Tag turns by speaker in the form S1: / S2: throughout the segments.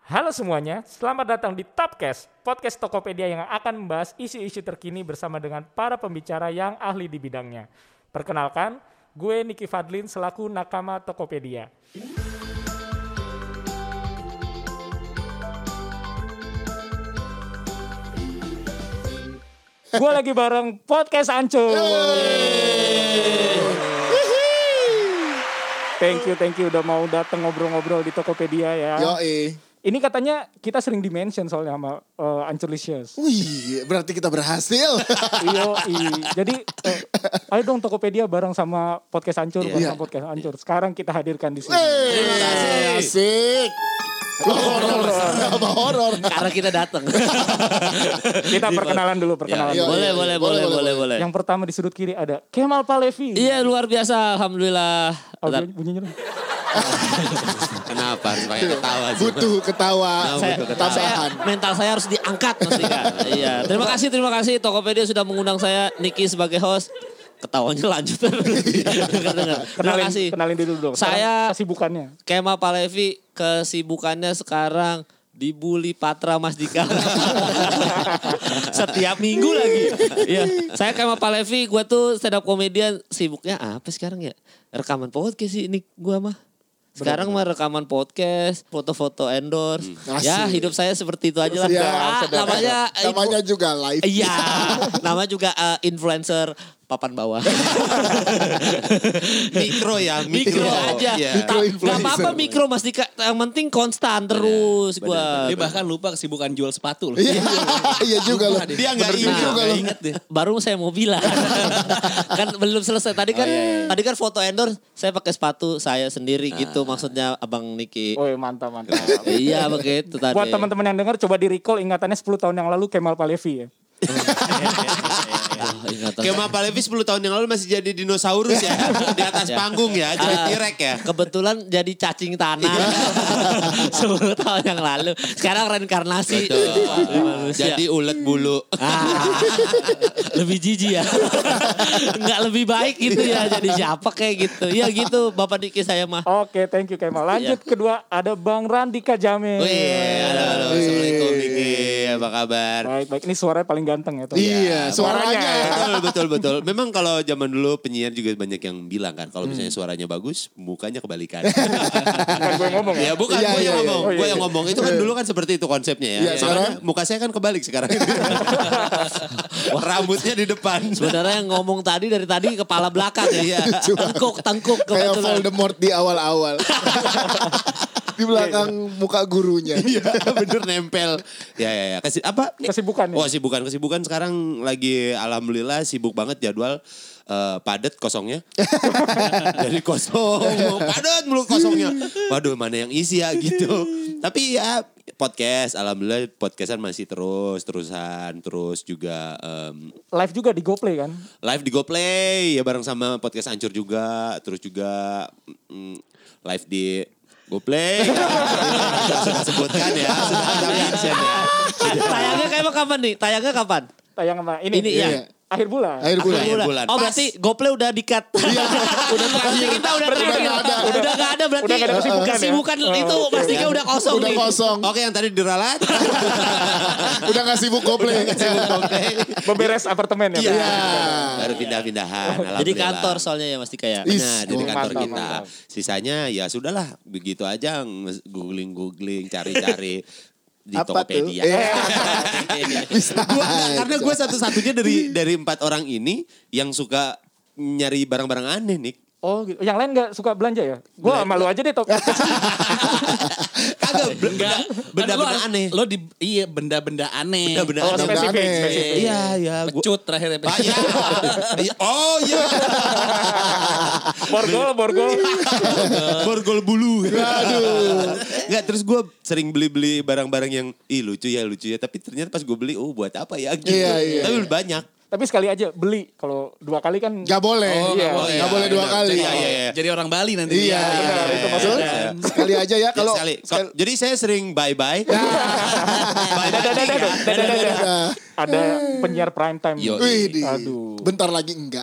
S1: Halo semuanya, selamat datang di Topcast, podcast Tokopedia yang akan membahas isu-isu terkini bersama dengan para pembicara yang ahli di bidangnya. Perkenalkan, gue Niki Fadlin selaku Nakama Tokopedia. Gue lagi bareng Podcast Ancur. Thank you udah mau datang ngobrol-ngobrol di Tokopedia ya.
S2: Yoi.
S1: Ini katanya kita sering di-mention soalnya sama Ancurlicious.
S2: Wih, berarti kita berhasil.
S1: Jadi ayo dong Tokopedia bareng sama Podcast Ancur, bareng sama Podcast Ancur. Sekarang kita hadirkan di sini.
S2: Asik. Horor.
S3: Karena kita datang.
S1: Kita perkenalan dulu.
S3: Boleh.
S1: Yang pertama di sudut kiri ada Kemal Palevi.
S3: Iya, luar biasa, alhamdulillah.
S1: Bunyinya dong.
S4: Kenapa harus pakai ketawa sih?
S2: Butuh ketawa.
S3: Saya mental saya harus diangkat mesti kan. Iya. Terima kasih Tokopedia sudah mengundang saya Niki sebagai host. Ketawanya lanjut terus. Terima kasih.
S1: Kenalin dulu dong.
S3: Saya
S1: kesibukannya.
S3: Kemal Palevi, kesibukannya sekarang dibully Patra Mas Dika. Setiap minggu lagi. Iya. Saya Kemal Palevi, gue tuh stand up comedian. Sibuknya apa sekarang ya? Rekaman podcast sih ini gue mah. Sekarang mah rekaman podcast, foto-foto endorse. Ya hidup saya seperti itu aja lah.
S2: Namanya juga live.
S3: Iya. Namanya juga influencer papan bawah.
S4: Mikro
S3: aja.
S4: Yeah.
S3: Gak apa-apa mikro Mas Dika. Yang penting konstan terus gua.
S5: Dia bahkan lupa kesibukan jual sepatu loh.
S2: Iya juga loh.
S4: Dia nggak ingat deh.
S3: Baru saya mau bilang. Kan belum selesai. Tadi kan foto endorse saya pakai sepatu saya sendiri gitu. Maksudnya Abang Niki.
S1: Oh mantap.
S3: Iya begitu tadi.
S1: Buat teman-teman yang dengar coba di-recall ingatannya 10 tahun yang lalu Kemal Palevi ya.
S4: Kemal Palevi 10 tahun yang lalu masih jadi dinosaurus ya. Di atas panggung ya, jadi T-Rex ya.
S3: Kebetulan jadi cacing tanah 10 tahun yang lalu. Sekarang reinkarnasi.
S4: Jadi ulet bulu.
S3: Lebih jijik ya. Enggak lebih baik gitu ya. Jadi siapa kayak gitu. Ya gitu Bapak Niki saya mah.
S1: Oke, thank you Kemal. Lanjut kedua ada Bang Randika Jamil.
S4: Halo. Assalamualaikum Niki. Apa kabar?
S1: Baik. Ini suaranya paling ganteng ya.
S2: Iya, suaranya.
S4: Betul. Memang kalau zaman dulu penyiar juga banyak yang bilang kan. Kalau misalnya suaranya bagus, mukanya kebalikan.
S1: Bukan gue ngomong ya.
S4: Ya bukan gue yang ngomong.
S1: Oh, iya.
S4: Gue yang ngomong. Itu kan dulu kan seperti itu konsepnya ya.
S2: Iya,
S4: Makanya muka saya kan kebalik sekarang. Rambutnya di depan.
S3: Sebenarnya yang ngomong dari tadi kepala belakang ya. Tengkuk
S2: Kayak
S3: kebetulan.
S2: Voldemort di awal-awal. Di belakang muka gurunya.
S4: Iya bener nempel. Ya.
S1: Kesibukan ya?
S4: Oh kesibukan sekarang lagi alhamdulillah sibuk banget jadwal. Padat kosongnya. Jadi kosong. Padat mulu kosongnya. Waduh mana yang isi ya gitu. Tapi ya podcast. Alhamdulillah podcastan masih terusan. Terus juga.
S1: Live juga di GoPlay kan?
S4: Live di GoPlay. Ya bareng sama podcast Ancur juga. Terus juga live di GoPlay. Sudah sebutkan ya. Sudah ada mention ya.
S3: Tayangnya kapan nih? Tayang apa
S1: ini
S3: ya.
S1: Akhir bulan.
S4: Bulan.
S3: Oh berarti GoPlay udah di-cut.
S1: Udah
S3: gak ada berarti.
S1: Udah gak ada
S3: kesibukan itu pasti udah kosong
S2: Udah
S3: nih.
S2: kosong.
S4: Oke yang tadi diralat.
S2: Udah gak sibuk GoPlay.
S1: Beberes apartemen ya.
S2: Iya.
S4: Baru pindah-pindahan.
S3: Jadi kantor soalnya ya Mas Dika ya.
S4: Nah, dari kantor
S1: mantap,
S4: kita.
S1: mantap.
S4: Sisanya ya sudahlah begitu aja googling, cari-cari di
S2: Apa
S4: Tokopedia.
S2: tuh? Bisa.
S4: Karena gue satu-satunya dari 4 orang ini yang suka nyari barang-barang aneh nih.
S1: Oh gitu. Yang lain gak suka belanja ya? Gue malu aja deh Tok.
S4: Kagak benda-benda aneh.
S5: Lo benda-benda aneh.
S4: Benda-benda aneh.
S1: Spesifik.
S4: Iya.
S5: Pecut terakhir.
S4: Oh iya. Borgol bulu.
S2: Aduh.
S4: Enggak, terus gue sering beli barang-barang yang lucu ya. Tapi ternyata pas gue beli, buat apa ya gitu.
S2: Iya.
S4: Tapi banyak.
S1: Tapi sekali aja beli. Kalau 2 kali kan.
S2: Gak boleh. Gak boleh 2 kali.
S4: Iya.
S5: Jadi orang Bali nanti.
S2: Iya.
S1: Benar, itu maksudnya.
S2: Sekali aja ya kalau.
S4: Jadi saya sering bye-bye.
S1: Ada penyiar prime time.
S4: Yo.
S2: Wih,
S1: Aduh.
S2: Bentar lagi enggak.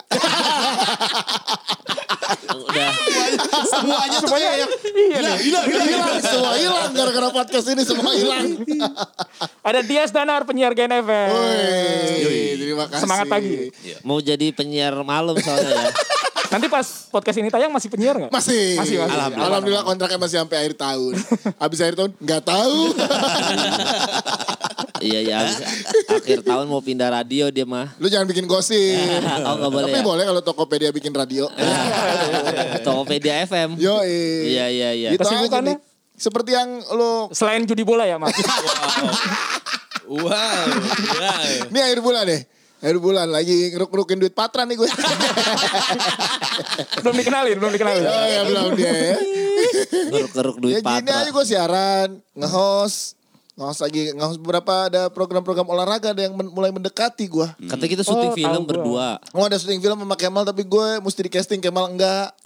S3: Udah.
S4: Semuanya tuh kayak
S1: Iya nih.
S2: Hilang, semua hilang gara-gara podcast ini semua hilang.
S1: Ada Dias Danar penyiar Gen FM.
S2: Woi, terima kasih.
S1: Semangat pagi.
S3: Mau jadi penyiar malam soalnya ya.
S1: Nanti pas podcast ini tayang masih penyiar nggak?
S2: Masih.
S1: Masih.
S2: Alhamdulillah kontraknya masih sampai akhir tahun. Habis akhir tahun nggak tahu.
S3: Iya, akhir tahun mau pindah radio dia mah.
S2: Lu jangan bikin gosip.
S3: Oh nggak boleh
S2: Tapi
S3: ya?
S2: boleh kalau Tokopedia bikin radio.
S3: Tokopedia FM.
S2: Yo,
S3: Iya.
S2: Gitu aja
S1: Kesibukannya?
S2: nih. Seperti yang lo
S1: Selain judi bola ya, Mas.
S5: Wow.
S2: ini akhir bulan deh. Akhir bulan lagi ngeruk-ngerukin duit patran nih gue.
S1: belum dikenalin.
S2: Oh ya belum dia ya.
S3: Geruk-geruk duit
S2: Ya gini
S3: patra.
S2: aja gue siaran, nge-host beberapa ada program-program olahraga ada yang mulai mendekati gue.
S3: Kata kita syuting
S1: Oh,
S3: film
S1: tahu gua.
S3: berdua.
S2: Oh ada syuting film sama Kemal tapi gue mesti di casting Kemal enggak.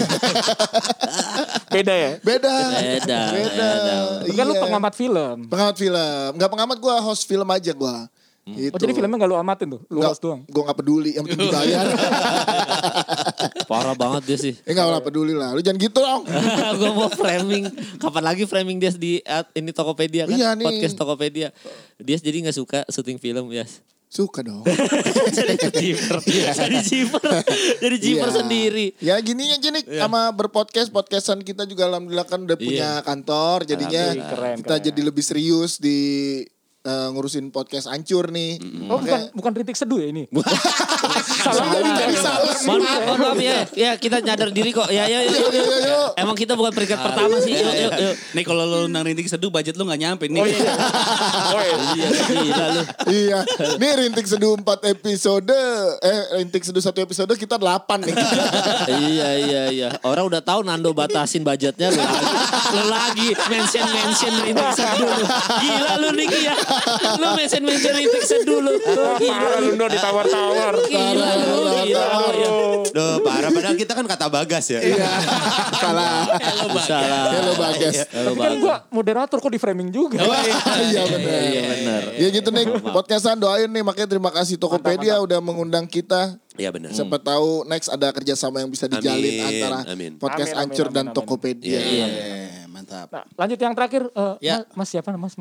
S1: Beda ya?
S2: Beda.
S3: Beda.
S1: Kan lu
S2: Iya.
S1: pengamat film.
S2: Pengamat film. Enggak pengamat gue host film aja gue. Gitu.
S1: Oh jadi filmnya gak lu amatin tuh? Lu host doang?
S2: Gue gak peduli yang penting dibayar.
S3: Parah banget dia sih.
S2: Gak lah peduli lah. Lu jangan gitu dong.
S3: Gue mau framing. Kapan lagi framing dia di ini Tokopedia kan?
S2: Iya nih.
S3: Podcast Tokopedia. Dia jadi gak suka syuting film ya.
S2: Suka dong.
S3: Jadi jiper. Jadi jiper
S2: Iya.
S3: sendiri.
S2: Ya gini aja nih sama podcastan kita juga alhamdulillah kan udah punya kantor. Jadinya
S1: Keren,
S2: kita jadi lebih serius di ngurusin podcast Ancur nih.
S1: Oh bukan Rintik Seduh ya ini? Salah.
S3: Mohon maaf ya. Ya kita nyadar diri kok. Ya.
S2: Yuk.
S3: Emang kita bukan peringkat pertama sih. Yuk.
S5: Nih kalau lu undang Rintik Seduh budget lu gak nyampe nih.
S1: Oh iya.
S3: Iya, gila lu.
S2: Iya. Nih Rintik Seduh 4 episode. Rintik Seduh 1 episode kita 8 nih.
S3: Iya. Orang udah tahu Nando batasin budgetnya lu lagi mention Rintik Seduh lu. Gila lu Niki ya. Lu mention Rintik Seduh lu.
S1: Parah lu Ndo ditawar-tawar.
S3: Gila lu.
S4: Duh, parah. Padahal kita kan kata Bagas ya.
S2: Iya. Salah.
S3: Salah.
S2: Hello Bagas.
S1: Tapi kan gue moderator kok di framing juga.
S2: Iya benar.
S3: Iya benar.
S2: Ya gitu nih podcastan doain nih makanya terima kasih Tokopedia udah mengundang kita.
S4: Iya benar.
S2: Siapa tahu next ada kerjasama yang bisa dijalin
S4: Amin,
S2: antara
S4: amin.
S2: podcast
S1: Amin,
S2: Ancur
S1: amin,
S2: dan
S1: amin.
S2: Tokopedia.
S3: Iya.
S5: Mantap.
S1: Nah, lanjut yang terakhir.
S5: Ya.
S1: Mas siapa Mas?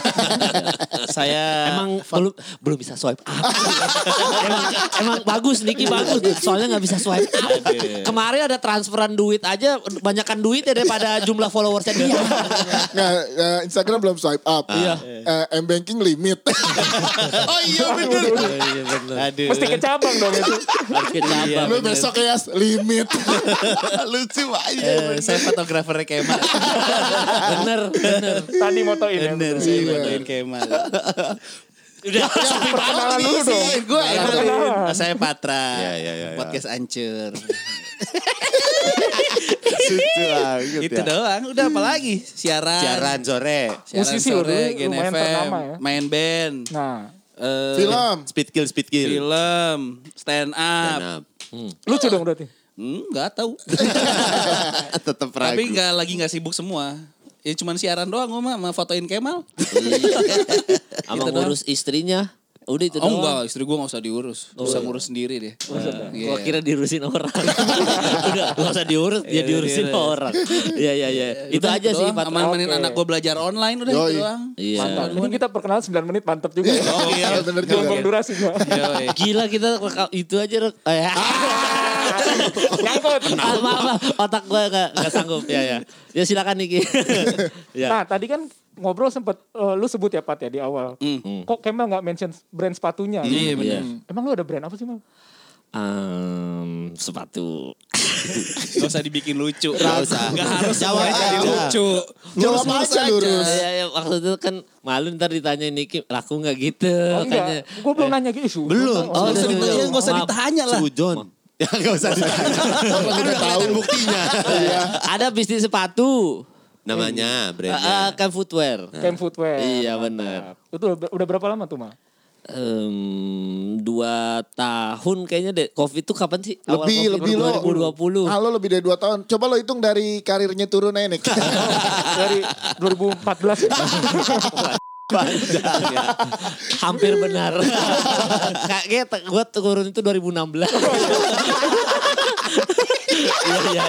S5: Saya
S3: Emang belum bisa swipe up. emang bagus Niki bagus. Soalnya gak bisa swipe up. Kemarin ada transferan duit aja. Banyakan duit ya daripada jumlah followersnya dia.
S2: Nggak, Instagram belum swipe up. Iya. M-banking limit.
S4: Oh iya benar.
S5: Aduh.
S1: Mesti ke cabang dong itu.
S3: Harus ke cabang.
S2: Lu besok ya limit.
S4: Lucu aja.
S5: Saya fotografernya Kemal.
S3: Bener.
S1: Tadi motoin ya.
S5: Bener, saya fotoin Kemal.
S3: Udah.
S1: Perkenalan dulu dong.
S2: Gue
S5: Saya Patra.
S4: Ya.
S5: Podcast Ancur.
S4: Lucu banget
S5: Itu doang. Udah apa lagi?
S4: Siaran sore.
S1: Musisi
S5: sore,
S1: lu dulu,
S5: Gen
S1: lumayan
S5: FM,
S1: ternama ya.
S5: main band.
S1: Nah,
S2: film.
S4: Speed kill.
S5: Film, stand up.
S4: Nah,
S1: lucu dong berarti.
S5: Nggak tahu.
S4: tetap
S5: Tapi
S4: ragu.
S5: nggak sibuk semua. Ya cuman siaran doang gue mah, sama fotoin Kemal.
S3: Sama
S5: Gitu
S3: ngurus istrinya. Udah itu
S5: Oh
S3: doang.
S5: enggak, istri gue gak usah diurus. Bisa ngurus sendiri dia. Iya.
S3: Gua kira diurusin orang. Udah gak usah diurus, dia diurusin orang. Iya. Itu aja sih Pat.
S5: Aman-amanin
S1: Oke.
S5: anak gue belajar online udah
S2: Yoi.
S5: itu doang.
S3: Iya.
S1: Mantap. Ini kita perkenalan 9 menit mantap juga. Ya.
S2: Oh iya bener juga.
S1: Buang durasi gua.
S5: Yoi.
S3: Gila kita itu aja
S1: Nyangkut.
S3: maaf, otak gue gak sanggup. Ya silakan Niki. Ya.
S1: Nah, tadi kan ngobrol sempet lu sebut ya Pat ya di awal. Kok Kemal gak mention brand sepatunya?
S5: Iya bener.
S1: Emang lu ada brand apa sih Mal?
S3: Sepatu.
S5: Gak usah dibikin lucu.
S4: Gak usah.
S5: Gak harus
S4: Jawab
S5: semuanya jadi
S4: aja.
S5: lucu.
S2: Jawab aja lurus.
S3: Ya, maksudnya kan malu ntar ditanya Niki laku gak gitu.
S1: Oh,
S3: Makanya.
S1: enggak. Gue belum nanya gitu.
S4: Belum.
S3: Oh,
S5: Gak usah
S3: udah,
S5: ditanya, gak usah
S3: maaf.
S5: ditanya lah.
S4: Sujon. Ya gak usah ditanya. Udah kelihatan buktinya.
S3: Ada bisnis sepatu.
S4: Namanya brandnya.
S3: Kan footwear.
S1: Camp Footwear.
S3: Iya,
S1: Mantap. Itu udah berapa lama tuh Mal?
S3: 2 tahun kayaknya deh. Covid itu kapan sih? Awal
S2: Lebih
S3: Covid,
S2: lo.
S3: 2020.
S2: Halo lebih dari 2 tahun. Coba lo hitung dari karirnya turun aja nih.
S1: Dari 2014.
S4: Panjang ya.
S3: Hampir benar. Kayaknya gue turun itu 2016. Iya.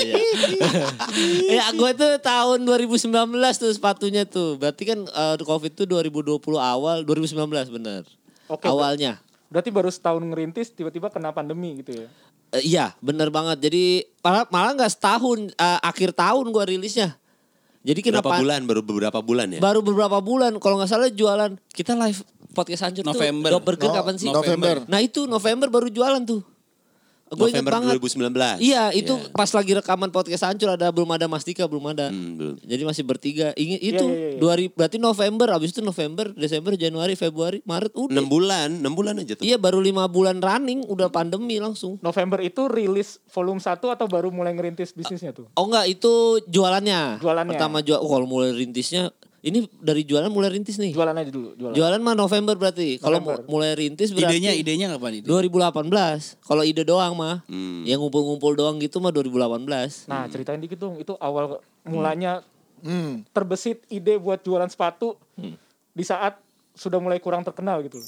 S3: Ya gue tuh tahun 2019 tuh sepatunya tuh. Berarti kan Covid tuh 2020 awal, 2019 benar.
S1: Oke,
S3: Awalnya.
S1: Berarti baru setahun ngerintis tiba-tiba kena pandemi gitu ya.
S3: Iya benar banget. Jadi malah gak setahun, akhir tahun gue rilisnya. Jadi
S4: Berapa bulan? Baru beberapa bulan ya?
S3: Baru beberapa bulan. Kalau gak salah jualan. Kita live podcast Hancur
S5: November.
S3: tuh. Burger kapan sih?
S2: November.
S3: Nah itu November baru jualan tuh. Gue inget
S4: November
S3: banget.
S4: 2019.
S3: Iya itu pas lagi rekaman podcast Hancur belum ada Mas Dika, belum ada.
S4: Belum.
S3: Jadi masih bertiga. Ingat itu
S1: Iya.
S3: berarti November, habis itu November, Desember, Januari, Februari, Maret udah.
S4: 6 bulan aja tuh.
S3: Iya baru 5 bulan running udah pandemi langsung.
S1: November itu rilis volume 1 atau baru mulai ngerintis bisnisnya tuh?
S3: Oh enggak, itu jualannya.
S1: Jualannya.
S3: Pertama kalau mulai rintisnya, ini dari jualan mulai rintis nih.
S1: Jualan aja dulu.
S3: Jualan mah November berarti. Kalau
S1: November.
S3: mulai rintis berarti
S5: Idenya kapan ide?
S3: 2018. Kalau ide doang mah. Yang ngumpul-ngumpul doang gitu mah 2018.
S1: Nah ceritain dikit dong, itu awal mulanya
S2: Hmm.
S1: terbesit ide buat jualan sepatu di saat sudah mulai kurang terkenal gitu.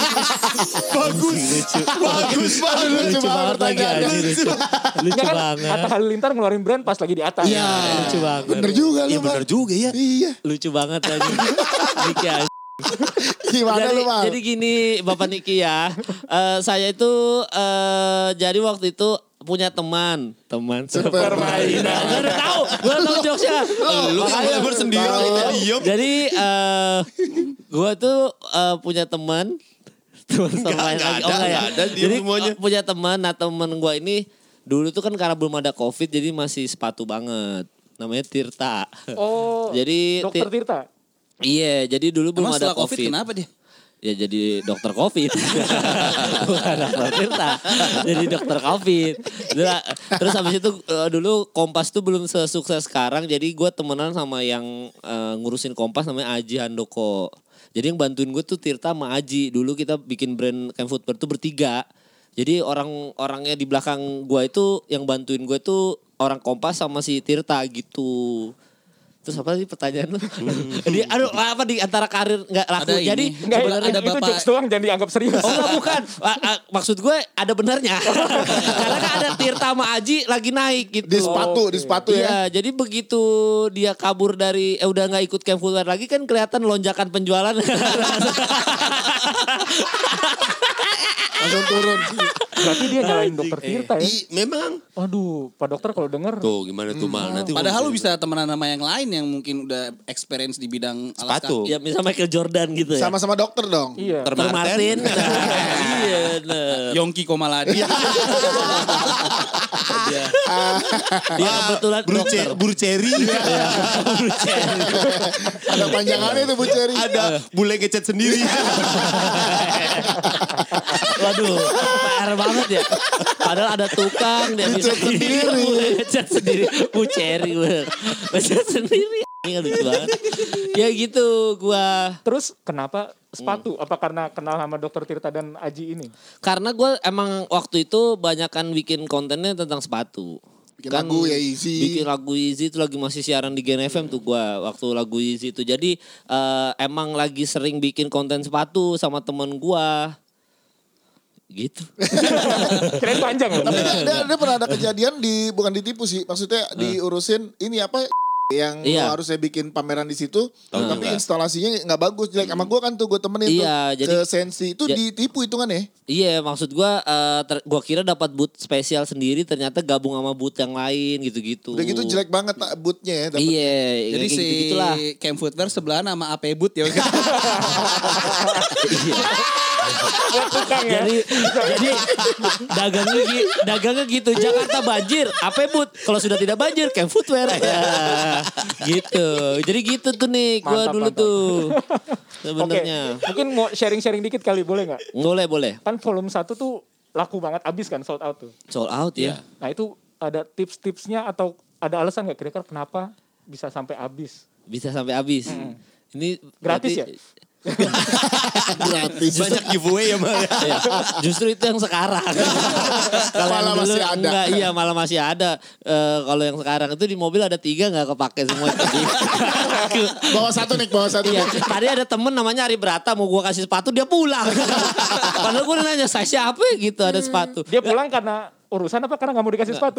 S2: Bagus banget. Lucu banget pertanyaannya.
S3: Lucu
S1: Enggak kan,
S3: banget.
S1: Atta Halilintar ngeluarin brand pas lagi di atas.
S2: Iya.
S3: Lucu banget.
S2: Bener juga lu,
S4: Iya
S2: Bang.
S4: benar juga ya.
S2: Iya.
S3: Lucu banget aja. Niki aja.
S2: Gimana lu, Bang?
S3: Jadi gini Bapak Niki ya. Saya itu jadi waktu itu punya teman
S2: Sepermainan.
S3: Gue udah tahu jokesnya.
S4: Lu kan
S3: Makanya-
S4: lebar sendiri
S2: Tahu.
S4: kita diem.
S3: Jadi gue tuh punya teman main
S4: nggak
S3: lagi.
S4: ada,
S3: Oh enggak ya.
S4: nggak ada, diem
S3: Jadi
S4: semuanya.
S3: punya teman. Nah teman gue ini dulu tuh kan karena belum ada Covid jadi masih sepatu banget. Namanya Tirta.
S1: Oh,
S3: Jadi
S1: Dokter Tirta.
S3: Iya, jadi dulu belum
S5: Emang
S3: ada
S5: setelah COVID kenapa dia?
S3: Ya jadi dokter COVID. Bukan dokter Tirta. Jadi dokter COVID. Terus habis itu dulu Kompas tuh belum sesukses sekarang. Jadi gue temenan sama yang ngurusin Kompas namanya Aji Handoko. Jadi yang bantuin gue tuh Tirta sama Aji. Dulu kita bikin brand Camp Footwear tuh bertiga. Jadi orang-orangnya di belakang gue itu yang bantuin gue tuh orang Kompas sama si Tirta gitu. Terus apa sih pertanyaan lu? Apa di antara karir nggak laku?
S5: Ada ini.
S3: Jadi
S1: Enggak,
S5: Sebenarnya
S1: itu
S5: ada Bapak-
S1: jokes doang, jangan dianggap serius.
S3: oh enggak bukan. Maksud gue ada benernya. Karena kan ada Tirta sama Aji lagi naik gitu.
S2: Di sepatu ya.
S3: Iya, jadi begitu dia kabur dari udah nggak ikut Camp Footwear lagi kan kelihatan lonjakan penjualan.
S2: Langsung turun.
S1: Berarti dia nyalain Dokter Tirta ya.
S4: Memang.
S1: Aduh, Pak Dokter kalau denger.
S4: Tuh gimana tuh Mal. Nanti
S5: Padahal lu
S4: ngomong.
S5: bisa temenan sama yang lain yang mungkin udah experience di bidang alas
S4: Sepatu.
S5: kaki.
S3: Ya misalnya Michael Jordan gitu ya.
S2: Sama-sama dokter dong.
S1: Iya.
S4: Ter-
S3: Dr. Martin. Iya, nah.
S5: Yongki Komaladi.
S3: Dia kebetulan dokter.
S4: Burceri.
S2: Ada panjangannya itu Bu Ceri.
S4: Ada bule ngecet sendiri.
S3: Waduh, PR banget ya. Padahal ada tukang dia bisa
S2: Ngecat sendiri.
S3: Ngecat sendiri. Bu Cherry bener. Ngecat sendiri. Ini lucu banget. Ya gitu gua.
S1: Terus kenapa sepatu? Apa karena kenal sama Dokter Tirta dan Aji ini?
S3: Karena gue emang waktu itu banyakan bikin kontennya tentang sepatu.
S2: Bikin lagu ya, Easy.
S3: Bikin lagu Easy itu lagi masih siaran di Gen FM tuh gue waktu lagu Easy itu. Jadi emang lagi sering bikin konten sepatu sama temen gue. Gitu.
S1: Kirain panjang loh.
S2: Tapi dia pernah ada kejadian bukan ditipu sih. Maksudnya diurusin ini apa yang
S3: Iya.
S2: harusnya bikin pameran di situ,
S4: Tahu
S2: tapi
S4: nggak?
S2: instalasinya nggak bagus, jelek. Sama gue kan tuh gue temenin
S3: Iya,
S2: tuh
S3: jadi-
S2: ke Sensi itu ditipu hitungannya.
S3: Iya, maksud gua kira dapat boot spesial sendiri, ternyata gabung sama boot yang lain gitu-gitu.
S2: Udah gitu jelek banget bootnya ya. dapet.
S3: Iya,
S5: Jadi
S3: kayak
S5: si
S3: gitu-gitulah.
S5: Camp Footwear sebelahan sama AP Boot ya.
S1: Buat tukang ya.
S3: Jadi dagangnya gitu. Jakarta banjir, apa boot? Kalau sudah tidak banjir, Camp Footwear. Ya, gitu. Jadi gitu tuh nih, gua
S1: Mantap,
S3: dulu
S1: mantap.
S3: tuh.
S1: Oke,
S3: Sebenarnya.
S1: mungkin mau sharing-sharing dikit kali, boleh nggak?
S3: Boleh.
S1: Kan volume 1 tuh laku banget, abis kan, sold out tuh.
S3: Sold out ya.
S1: Nah itu ada tips-tipsnya atau ada alasan nggak kira-kira kenapa bisa sampai habis?
S3: Bisa sampai habis. Ini
S1: Gratis
S3: berarti-
S1: ya?
S2: Gratis.
S4: Banyak giveaway ya Mal.
S3: Iya, justru itu yang sekarang. Kalau yang
S2: Malah
S3: dulu
S2: masih ada.
S3: enggak, iya malah masih ada. Kalau yang sekarang itu di mobil ada 3 nggak kepake semua.
S2: Bawa satu nih.
S3: Iya, tadi ada temen namanya Ari Brata mau gua kasih sepatu dia pulang. Padahal gua nanya saya siapa ya gitu ada sepatu.
S1: Dia pulang karena urusan apa karena nggak mau dikasih sepatu?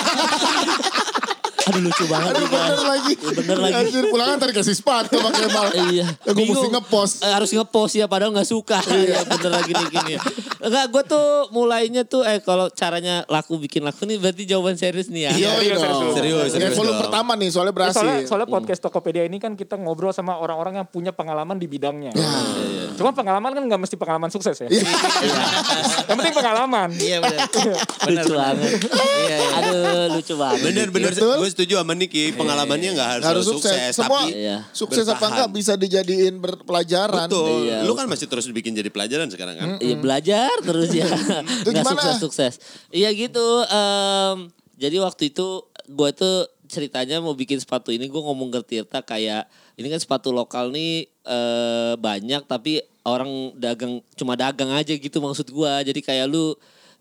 S3: Aduh lucu banget.
S2: Aduh bener lagi.
S3: Bener lagi.
S2: Anjir pulangan tadi kasih sepatu sama Kemal.
S3: Iya.
S2: Gue mesti
S3: Bingung.
S2: ngepost.
S3: Harus ngepost ya padahal gak suka. Iya bener lagi nih gini. Enggak gue tuh mulainya tuh kalau caranya bikin laku nih berarti jawaban serius nih ya.
S2: Iya dong.
S4: Serius
S2: Ya, volume
S4: dong.
S2: pertama nih soalnya
S1: Ya,
S2: berhasil.
S1: soalnya podcast Tokopedia ini kan kita ngobrol sama orang-orang yang punya pengalaman di bidangnya. Cuma pengalaman kan nggak mesti pengalaman sukses ya. Yang penting pengalaman.
S5: Iya benar.
S3: Lucu banget.
S5: Iya.
S3: Aduh lucu banget.
S4: Bener
S2: Betul.
S4: gue setuju sama Niki. Pengalamannya gak harus,
S2: Harus
S4: selalu
S2: sukses. Semua
S4: tapi
S3: Iya.
S2: sukses apa
S4: bertahan.
S2: enggak bisa dijadiin pelajaran.
S4: Betul.
S3: Iya.
S4: Lu kan masih terus bikin jadi pelajaran sekarang kan.
S3: Iya belajar terus ya.
S2: Itu
S3: Nggak
S2: gimana?
S3: sukses. Iya gitu. Jadi waktu itu gue tuh ceritanya mau bikin sepatu ini gue ngomong ke Tirta kayak ini kan sepatu lokal nih banyak tapi orang cuma dagang aja gitu maksud gue. Jadi kayak lu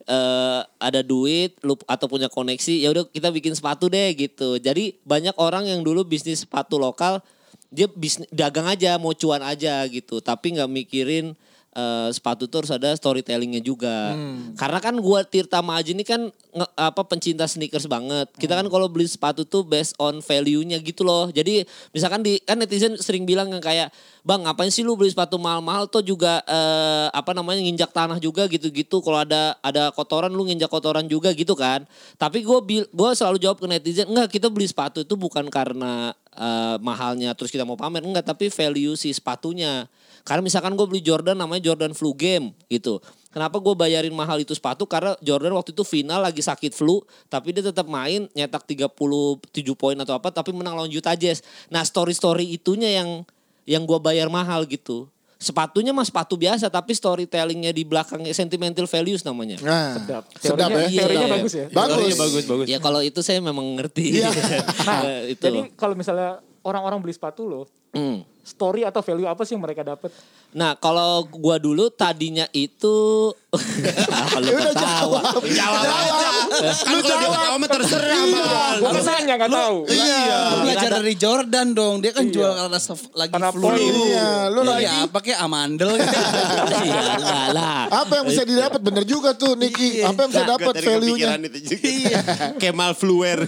S3: ada duit lu atau punya koneksi ya udah kita bikin sepatu deh gitu. Jadi banyak orang yang dulu bisnis sepatu lokal dia dagang aja mau cuan aja gitu tapi nggak mikirin sepatu tuh harus ada storytellingnya juga. Karena kan gua Tirta sama Aji ini kan pencinta sneakers banget. Kita kan kalau beli sepatu tuh based on value-nya gitu loh. Jadi misalkan kan netizen sering bilang yang kayak, "Bang, ngapain sih lu beli sepatu mahal-mahal tuh juga nginjak tanah juga gitu-gitu. Kalau ada kotoran lu nginjak kotoran juga gitu kan." Tapi gua selalu jawab ke netizen, "Enggak, kita beli sepatu itu bukan karena mahalnya terus kita mau pamer, enggak, tapi value si sepatunya." Karena misalkan gue beli Jordan namanya Jordan Flu Game gitu. Kenapa gue bayarin mahal itu sepatu? Karena Jordan waktu itu final lagi sakit flu. Tapi dia tetap main nyetak 37 poin atau apa. Tapi menang lawan Utah Jazz. Nah story-story itunya yang gue bayar mahal gitu. Sepatunya mah sepatu biasa. Tapi storytellingnya di belakangnya sentimental values namanya.
S2: Nah,
S1: Sedap.
S2: sedap ya.
S1: Teorinya
S3: Iya.
S1: bagus ya.
S2: Bagus.
S4: Bagus.
S3: Ya kalau itu saya memang ngerti.
S2: Iya.
S1: Nah,
S3: Itu.
S1: jadi kalau misalnya orang-orang beli sepatu lo, story atau value apa sih yang mereka dapat?
S3: Nah kalau gua dulu tadinya itu kalau
S2: Udah
S3: ketawa.
S4: Jawab aja. Kan kalau dia ketawa mah terserah Mal.
S1: Bukan nanya nggak tahu.
S2: Iya.
S5: Lu belajar dari Jordan dong. Dia kan jual karena lagi
S1: Karena
S5: flu.
S1: poin.
S2: Iya, lu lagi.
S5: Iya, pakai amandel gitu.
S3: Iya enggak lah.
S2: Apa yang bisa didapat? Bener juga tuh Niki. Apa yang bisa dapat
S4: Gua tadi
S2: value-nya?
S4: kepikiran itu juga. Kemal Fluer.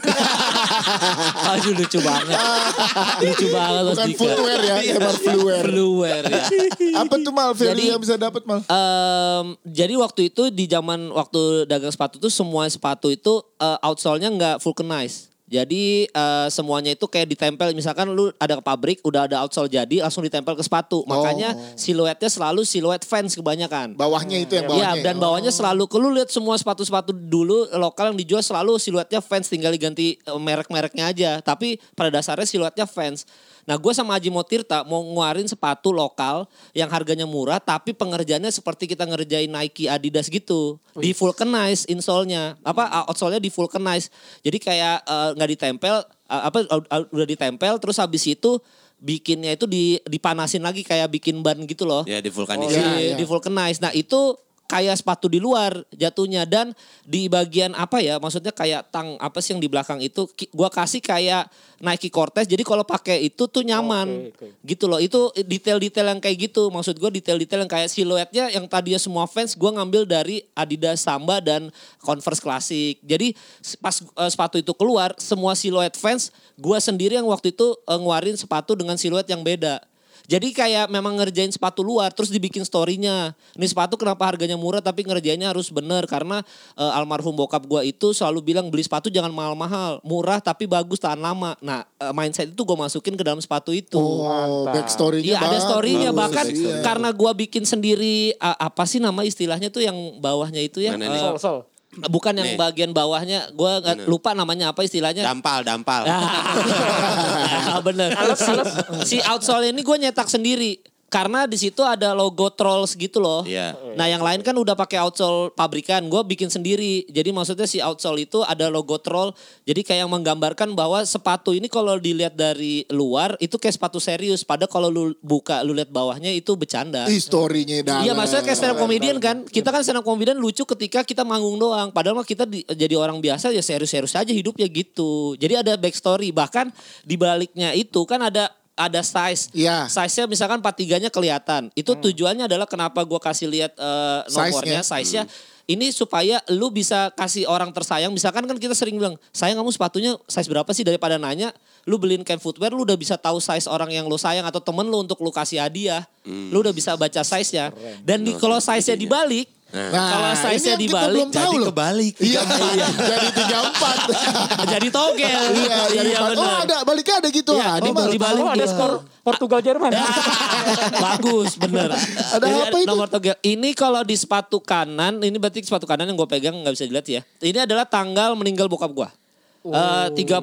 S3: Aduh lucu banget. Lucu banget Mas
S2: Bukan
S3: Dika.
S2: footwear ya, Kemal Fluer.
S3: Fluer ya.
S2: Apa tuh Mal value
S3: Jadi-
S2: yang bisa dapat Mal?
S3: Jadi waktu itu di zaman waktu dagang sepatu tuh semua sepatu itu outsole-nya nggak vulcanize. Jadi semuanya itu kayak ditempel. Misalkan lu ada ke pabrik udah ada outsole jadi langsung ditempel ke sepatu. Makanya siluetnya selalu siluet Vans kebanyakan.
S2: Bawahnya itu yang
S3: Iya
S2: bawahnya.
S3: dan bawahnya selalu lu lihat semua sepatu-sepatu dulu lokal yang dijual selalu siluetnya Vans tinggal diganti merek-mereknya aja. Tapi pada dasarnya siluetnya Vans. Nah gue sama Aji Motirta mau ngeluarin sepatu lokal yang harganya murah tapi pengerjaannya seperti kita ngerjain Nike Adidas gitu. Di vulcanize insole-nya. Outsole-nya di vulcanize. Jadi kayak nggak ditempel udah ditempel terus habis itu bikinnya itu dipanasin lagi kayak bikin ban gitu loh.
S4: Ya di vulkanis.
S3: Di vulcanize. Nah itu kayak sepatu di luar jatuhnya dan di bagian maksudnya kayak tang apa sih yang di belakang itu gua kasih kayak Nike Cortez jadi kalau pakai itu tuh nyaman
S1: Oke.
S3: gitu loh. Itu detail-detail yang kayak gitu maksud gua detail-detail yang kayak siluetnya yang tadinya semua fans gua ngambil dari Adidas Samba dan Converse klasik. Jadi pas sepatu itu keluar semua siluet fans gua sendiri yang waktu itu ngeluarin sepatu dengan siluet yang beda. Jadi kayak memang ngerjain sepatu luar terus dibikin story-nya. Ini sepatu kenapa harganya murah tapi ngerjainnya harus bener. Karena almarhum bokap gue itu selalu bilang beli sepatu jangan mahal-mahal. Murah tapi bagus tahan lama. Nah mindset itu gue masukin ke dalam sepatu itu.
S2: Oh, backstory-nya
S3: Iya ada
S2: bagus.
S3: story-nya
S2: Bagus.
S3: bahkan
S2: Iya.
S3: karena gue bikin sendiri apa sih nama istilahnya tuh yang bawahnya itu ya.
S4: Mana nih?
S1: Sol.
S3: Bukan yang
S4: Nih.
S3: bagian bawahnya gue lupa namanya apa istilahnya.
S4: Dampal.
S3: Ah, bener. Si outsole ini gue nyetak sendiri. Karena di situ ada logo Trolls gitu loh.
S4: Iya.
S3: Nah yang lain kan udah pakai outsole pabrikan, gue bikin sendiri. Jadi maksudnya si outsole itu ada logo Troll. Jadi kayak menggambarkan bahwa sepatu ini kalau dilihat dari luar itu kayak sepatu serius. Padahal kalau lu buka, lu lihat bawahnya itu bercanda.
S2: Story-nya dalam.
S3: Iya maksudnya kayak stand up comedian kan. Kita kan stand up comedian lucu ketika kita manggung doang. Padahal mah kita jadi orang biasa ya serius-serius aja hidupnya gitu. Jadi ada backstory. Bahkan di baliknya itu kan ada size.
S2: Iya.
S3: Size-nya misalkan 43-nya kelihatan. Itu tujuannya adalah kenapa gue kasih lihat nomornya, size-nya. Ini supaya lu bisa kasih orang tersayang. Misalkan kan kita sering bilang, sayang kamu sepatunya size berapa sih, daripada nanya. Lu beliin kain footwear, lu udah bisa tahu size orang yang lu sayang atau temen lu untuk lu kasih hadiah. Lu udah bisa baca size-nya. Dan kalau size-nya dibalik, kalau size-nya dibalik,
S2: jadi
S4: kebalik.
S2: Iya, jadi 34.
S3: jadi togel.
S2: Iya,
S3: benar.
S2: oh ada, baliknya ada gitu.
S3: Iya,
S2: Ini baru
S3: dibalik.
S1: Oh ada skor Portugal Jerman.
S3: Bagus, bener.
S2: Ada apa itu?
S3: Nomor togel. Ini kalau di sepatu kanan, ini berarti sepatu kanan yang gue pegang nggak bisa dilihat ya. Ini adalah tanggal meninggal bokap gue. 30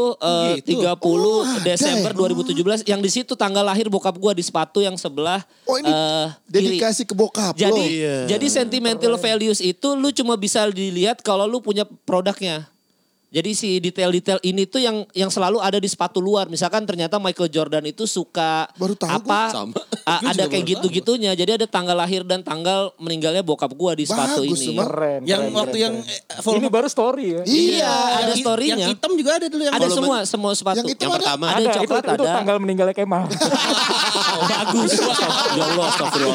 S3: Desember 2017 yang di situ tanggal lahir bokap gue di sepatu yang sebelah
S2: Oh ini
S3: kiri.
S2: dedikasi ke bokap lo.
S3: Jadi sentimental values itu lu cuma bisa dilihat kalau lu punya produknya. Jadi si detail-detail ini tuh yang selalu ada di sepatu luar. Misalkan ternyata Michael Jordan itu suka
S2: Baru tahu
S3: apa?
S4: Sama.
S3: Ada kayak gitu-gitunya. Jadi ada tanggal lahir dan tanggal meninggalnya bokap gua di sepatu
S2: Bagus,
S3: ini.
S2: Bang.
S1: Keren.
S5: Yang
S1: keren,
S5: waktu
S1: keren,
S5: yang
S1: keren. Ini baru story ya.
S3: Iya, ada
S5: yang
S3: story-nya.
S5: Yang hitam juga ada dulu yang
S3: Ada semua sepatu.
S2: Yang hitam
S4: Yang pertama.
S3: Ada yang coklat
S1: itu
S3: ada.
S1: tanggal meninggalnya Kemal.
S3: Oh, bagus. Ya Allah,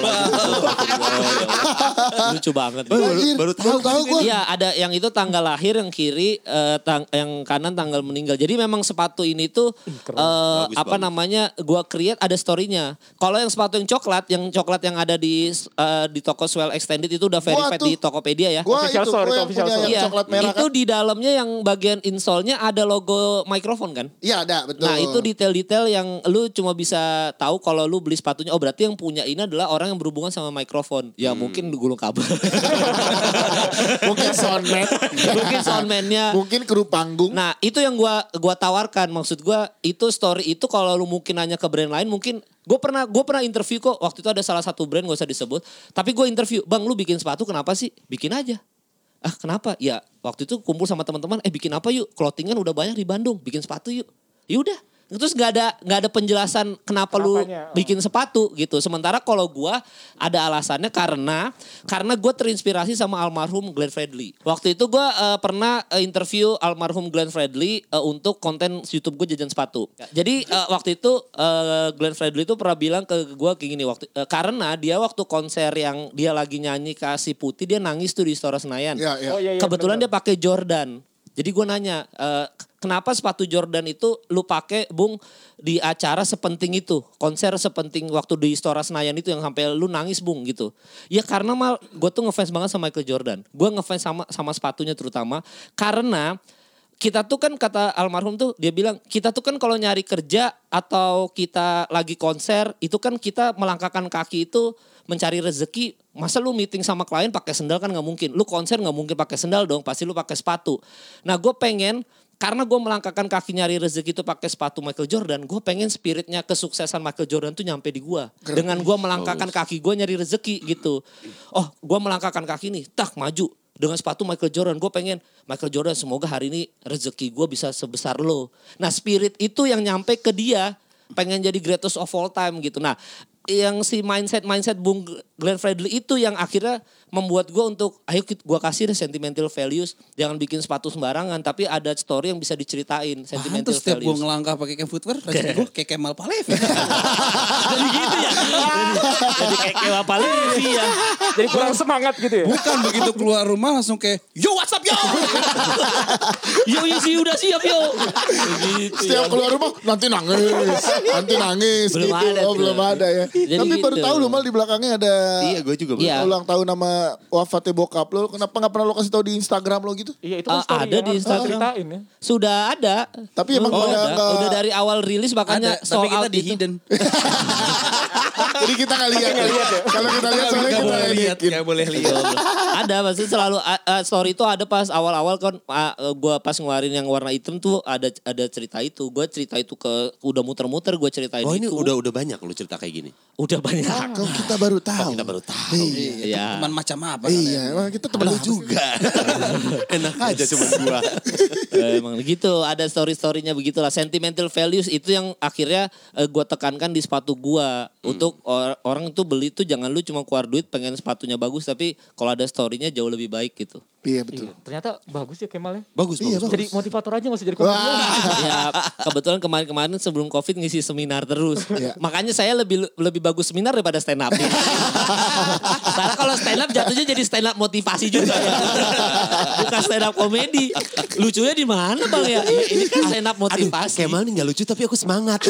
S3: astagfirullahaladzim. Lucu banget.
S4: Baru tahu
S2: gue.
S3: Iya, ada yang itu tanggal lahir, yang kiri yang kanan tanggal meninggal. Jadi memang sepatu ini tuh
S4: Bagus.
S3: namanya gua create ada story-nya. Kalau yang sepatu yang coklat yang ada di toko Swell Extended itu udah verified
S2: tuh.
S3: di Tokopedia ya.
S2: Gua
S1: Official
S2: itu,
S1: store,
S2: gua yang
S1: official
S2: punya
S1: store.
S2: yang
S3: Iya,
S2: coklat merah
S3: itu
S2: kan.
S3: di dalamnya yang bagian insole-nya ada logo mikrofon kan.
S2: Iya ada, betul.
S3: Nah itu detail-detail yang lu cuma bisa tahu kalau lu beli sepatunya. Oh berarti yang punya ini adalah orang yang berhubungan sama mikrofon. Ya mungkin gulung kabel.
S2: Mungkin soundman.
S3: Mungkin soundman-nya.
S2: Mungkin kru panggung.
S3: Nah itu yang gua tawarkan. Maksud gua itu story itu kalau lu mungkin nanya ke brand lain mungkin. Gue pernah interview kok. Waktu itu ada salah satu brand gak usah disebut. Tapi gue interview. Bang lu bikin sepatu kenapa sih? Bikin aja. Ah kenapa? Ya waktu itu kumpul sama teman-teman. Bikin apa yuk? Clothingan udah banyak di Bandung. Bikin sepatu yuk. Yaudah. Terus gak ada penjelasan kenapa lu bikin sepatu gitu. Sementara kalau gue ada alasannya karena gue terinspirasi sama almarhum Glenn Fredly. Waktu itu gue pernah interview almarhum Glenn Fredly untuk konten YouTube gue jajan sepatu. Jadi waktu itu Glenn Fredly itu pernah bilang ke gue kayak gini karena dia waktu konser yang dia lagi nyanyi Kasih Putih dia nangis tuh di Istora Senayan.
S2: Iya, iya.
S1: Oh, iya,
S3: Kebetulan
S1: bener.
S3: dia pakai Jordan. Jadi gue nanya, kenapa sepatu Jordan itu lu pakai Bung di acara sepenting itu, konser sepenting waktu di Istora Senayan itu yang sampai lu nangis Bung gitu. Ya karena gue tuh ngefans banget sama Michael Jordan. Gue ngefans sama sepatunya terutama karena kita tuh kan kata almarhum tuh dia bilang kita tuh kan kalau nyari kerja atau kita lagi konser itu kan kita melangkahkan kaki itu mencari rezeki. Masa lu meeting sama klien pakai sendal kan nggak mungkin. Lu konser nggak mungkin pakai sendal dong. Pasti lu pakai sepatu. Nah gue pengen karena gue melangkahkan kaki nyari rezeki itu pakai sepatu Michael Jordan. Gue pengen spiritnya kesuksesan Michael Jordan tuh nyampe di gue. Dengan gue melangkahkan kaki gue nyari rezeki gitu. Oh gue melangkahkan kaki nih. Tak maju. Dengan sepatu Michael Jordan. Gue pengen Michael Jordan semoga hari ini rezeki gue bisa sebesar lo. Nah spirit itu yang nyampe ke dia. Pengen jadi greatest of all time gitu. Nah yang si mindset Bung Glenn Fredly itu yang akhirnya membuat gue untuk ayo gue kasih deh sentimental values, jangan bikin sepatu sembarangan tapi ada story yang bisa diceritain sentimental
S5: Pantes setiap gue
S3: values.
S5: ngelangkah pakai kain footwear, rezeki gue kayak Kemal Palevi.
S3: Jadi gitu ya. Jadi kayak Kemal Palevi ya.
S1: Jadi kurang semangat gitu ya.
S5: Bukan begitu keluar rumah langsung kayak yo what's up yo.
S3: Yo isi udah siap yo. Begitu.
S2: Setiap keluar rumah nanti nangis
S3: Belum
S2: gitu.
S3: ada tuh.
S2: Belum ada ya.
S3: Jadi
S2: Tapi baru
S3: gitu.
S2: tahu lu Mal di belakangnya ada
S4: Iya gue juga
S3: Iya.
S2: ulang tahun nama wafatnya bokap lo. Kenapa gak pernah lo kasih tahu di Instagram lo gitu?
S1: Iya itu kan story
S3: Ada
S1: yang
S3: di
S1: harus
S3: Instagram.
S1: ceritain ya.
S3: Sudah ada.
S2: Tapi emang
S3: udah dari awal rilis makanya
S5: Ada, tapi kita di
S3: gitu.
S5: hidden.
S2: Jadi kita gak lihat ya. Kalau kita lihat soalnya kita
S5: lihat, nggak boleh lihat.
S3: Ada maksudnya selalu story itu ada pas awal-awal kan gue pas ngeluarin yang warna hitam tuh ada cerita itu. Gue cerita itu udah muter-muter gue ceritain
S4: Oh
S3: itu.
S4: ini udah banyak lu cerita kayak gini.
S3: Udah banyak.
S2: Kok kita baru tahu.
S4: Kita baru tahu.
S3: Iya.
S5: Teman macam apa?
S2: Iya, emang kita temen
S4: Lu
S2: apa sih?
S4: juga. Enak aja cuma gua.
S3: Emang gitu, ada story-storynya begitulah. Sentimental values itu yang akhirnya gue tekankan di sepatu gue. Untuk orang tuh beli tuh jangan lu cuma keluar duit pengen sepatunya bagus, tapi kalau ada storynya jauh lebih baik gitu.
S2: Iya betul.
S1: Ternyata bagus ya Kemal ya.
S4: Bagus,
S2: Iya,
S4: bagus.
S1: Jadi motivator aja gak usah jadi komandan.
S3: Ya kebetulan kemarin sebelum COVID ngisi seminar terus.
S2: Iya.
S3: Makanya saya lebih bagus seminar daripada stand up. Karena kalau stand up jatuhnya jadi stand up motivasi juga ya. Bukan stand up komedi. Lucunya di mana Bang ya? Ini kan stand up motivasi.
S4: Kemal nih gak lucu tapi aku semangat.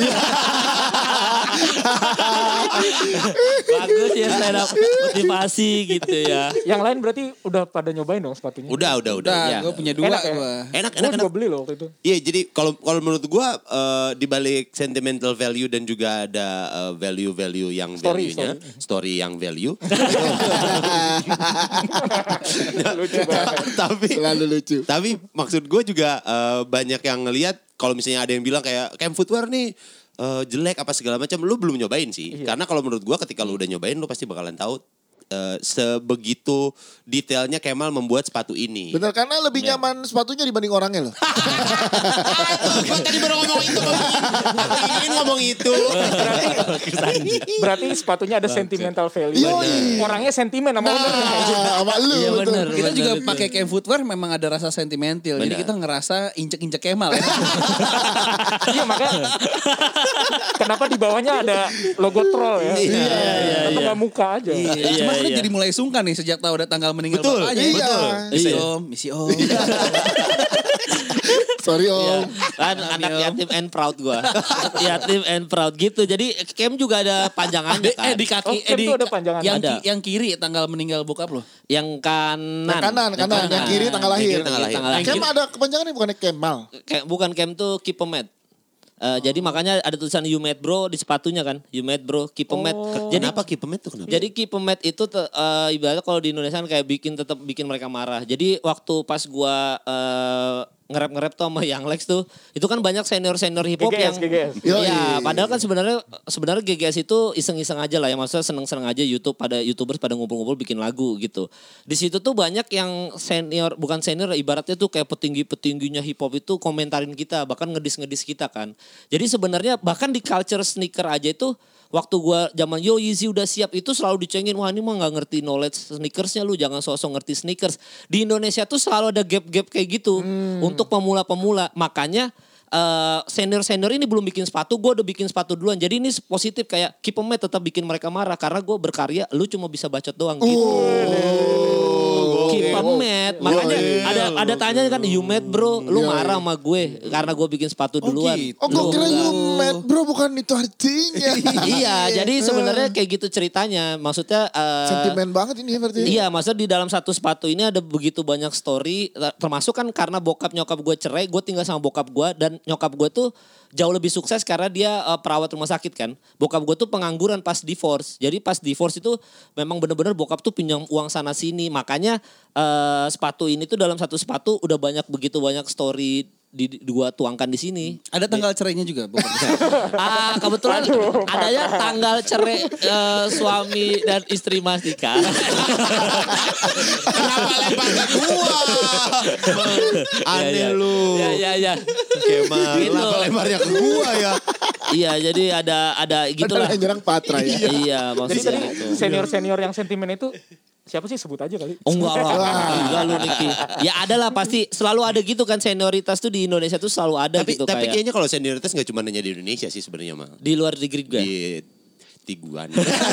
S3: Bagus ya stand up motivasi gitu ya.
S1: Yang lain berarti udah pada nyobain dong sepatunya.
S4: Udah.
S3: Iya.
S5: Gue punya 2
S1: Enak ya?
S5: gue.
S4: Enak.
S1: Gue juga beli loh waktu itu.
S4: Iya, jadi kalau menurut gua di balik sentimental value dan juga ada value-value yang value-nya, story yang value.
S1: Lucu banget.
S2: Selalu lucu.
S4: Tapi maksud gue juga banyak yang ngelihat kalau misalnya ada yang bilang kayak Camp Footwear nih jelek apa segala macam, lu belum nyobain sih. Karena kalau menurut gue ketika lu udah nyobain lu pasti bakalan tahu sebegitu detailnya Kemal membuat sepatu ini.
S2: Bener, karena lebih nyaman sepatunya dibanding orangnya loh.
S4: Gue tadi baru ngomong itu, ingin ngomong itu.
S1: Berarti sepatunya ada sentimental value.
S2: Yoi.
S1: Orangnya sentimen sama ownernya.
S2: Sama lu
S3: Iya
S2: betul.
S3: bener.
S5: Kita juga pakai Camp Footwear memang ada rasa sentimental. Jadi kita ngerasa injek-injek Kemal ya.
S1: Iya makanya. Kenapa di bawahnya ada logo troll ya?
S3: Iya.
S1: Atau nggak muka aja.
S5: Cuma sebenarnya jadi mulai sungkan nih sejak tahu ada tanggal meninggal
S4: Betul,
S5: bapaknya.
S2: betul.
S5: Misi om.
S2: Sorry
S3: Iya.
S2: om.
S3: Kan anak yatim and proud gua. Yatim and proud gitu. Jadi Cam juga ada panjangannya kan.
S5: Di kaki.
S1: Oh, Camp tuh ada panjangan.
S3: Ada.
S5: Yang kiri tanggal meninggal bokap lo.
S3: Yang kanan.
S2: Yang kanan. Yang kiri tanggal lahir.
S4: tanggal lahir.
S3: Tanggal lahir.
S2: Kem ada kepanjangannya bukannya Kemal.
S3: Bukan Cam tuh keep a mat. Jadi makanya ada tulisan you made bro di sepatunya kan. You made bro, keep a mat. Jadi
S4: Kenapa keep a mat tuh kenapa?
S3: Jadi keep a mat itu ibaratnya kalau di Indonesia kan kayak tetap bikin mereka marah. Jadi waktu pas gua nge-rap tuh sama Young Lex tuh, itu kan banyak senior hip hop
S1: GGS.
S3: Iya, padahal kan sebenarnya GGS itu iseng-iseng aja lah ya, maksudnya seneng-seneng aja YouTubers pada ngumpul-ngumpul bikin lagu gitu. Di situ tuh banyak yang bukan senior, ibaratnya tuh kayak petingginya hip hop itu komentarin kita, bahkan ngedis kita kan. Jadi sebenarnya bahkan di culture sneaker aja itu waktu gua zaman Yeezy udah siap itu selalu dicengin, wah ini mah gak ngerti knowledge sneakersnya, lu jangan sosok ngerti sneakers. Di Indonesia tuh selalu ada gap-gap kayak gitu untuk pemula-pemula. Makanya senior ini belum bikin sepatu, gue udah bikin sepatu duluan. Jadi ini positif kayak keep a mat tetap bikin mereka marah karena gue berkarya, lu cuma bisa bacot doang gitu. Keep a mat. Makanya ada tanya kan, you mad bro, lu marah sama gue karena gue bikin sepatu duluan.
S2: Oh gue kira you mad bro, bukan itu artinya.
S3: Iya, jadi sebenarnya kayak gitu ceritanya. Maksudnya
S2: Sentimen banget ini ya berarti.
S3: Iya, maksudnya di dalam satu sepatu ini ada begitu banyak story. Termasuk kan karena bokap nyokap gue cerai, gue tinggal sama bokap gue. Dan nyokap gue tuh jauh lebih sukses karena dia perawat rumah sakit kan. Bokap gue tuh pengangguran pas divorce. Jadi pas divorce itu memang benar-benar bokap tuh pinjam uang sana sini. Makanya sepatu ini tuh dalam satu sepatu udah begitu banyak story gua tuangkan di sini.
S5: Ada tanggal cerainya juga bokap.
S3: Kebetulan adanya tanggal cerai suami dan istri Mas Dika.
S4: Kenapa lempar ke gua? Aneh lu.
S3: Ya.
S4: Kemal,
S3: Gitu.
S4: kenapa lemparnya ke gua ya?
S3: Iya, jadi ada gitulah.
S2: Ada yang nyerang Patra ya.
S3: Iya,
S1: Jadi
S3: maksudnya
S1: tadi
S3: gitu.
S1: senior yang sentimen itu siapa sih, sebut aja kali.
S3: Oh enggak lah, enggak lu Niki. Ya ada lah pasti, selalu ada gitu kan senioritas tuh di Indonesia tuh selalu ada
S4: Tapi
S3: gitu kayak.
S4: kayaknya kalau senioritas nggak cuma hanya di Indonesia sih sebenarnya mah.
S3: Di luar negeri juga.
S4: Di Tiguan.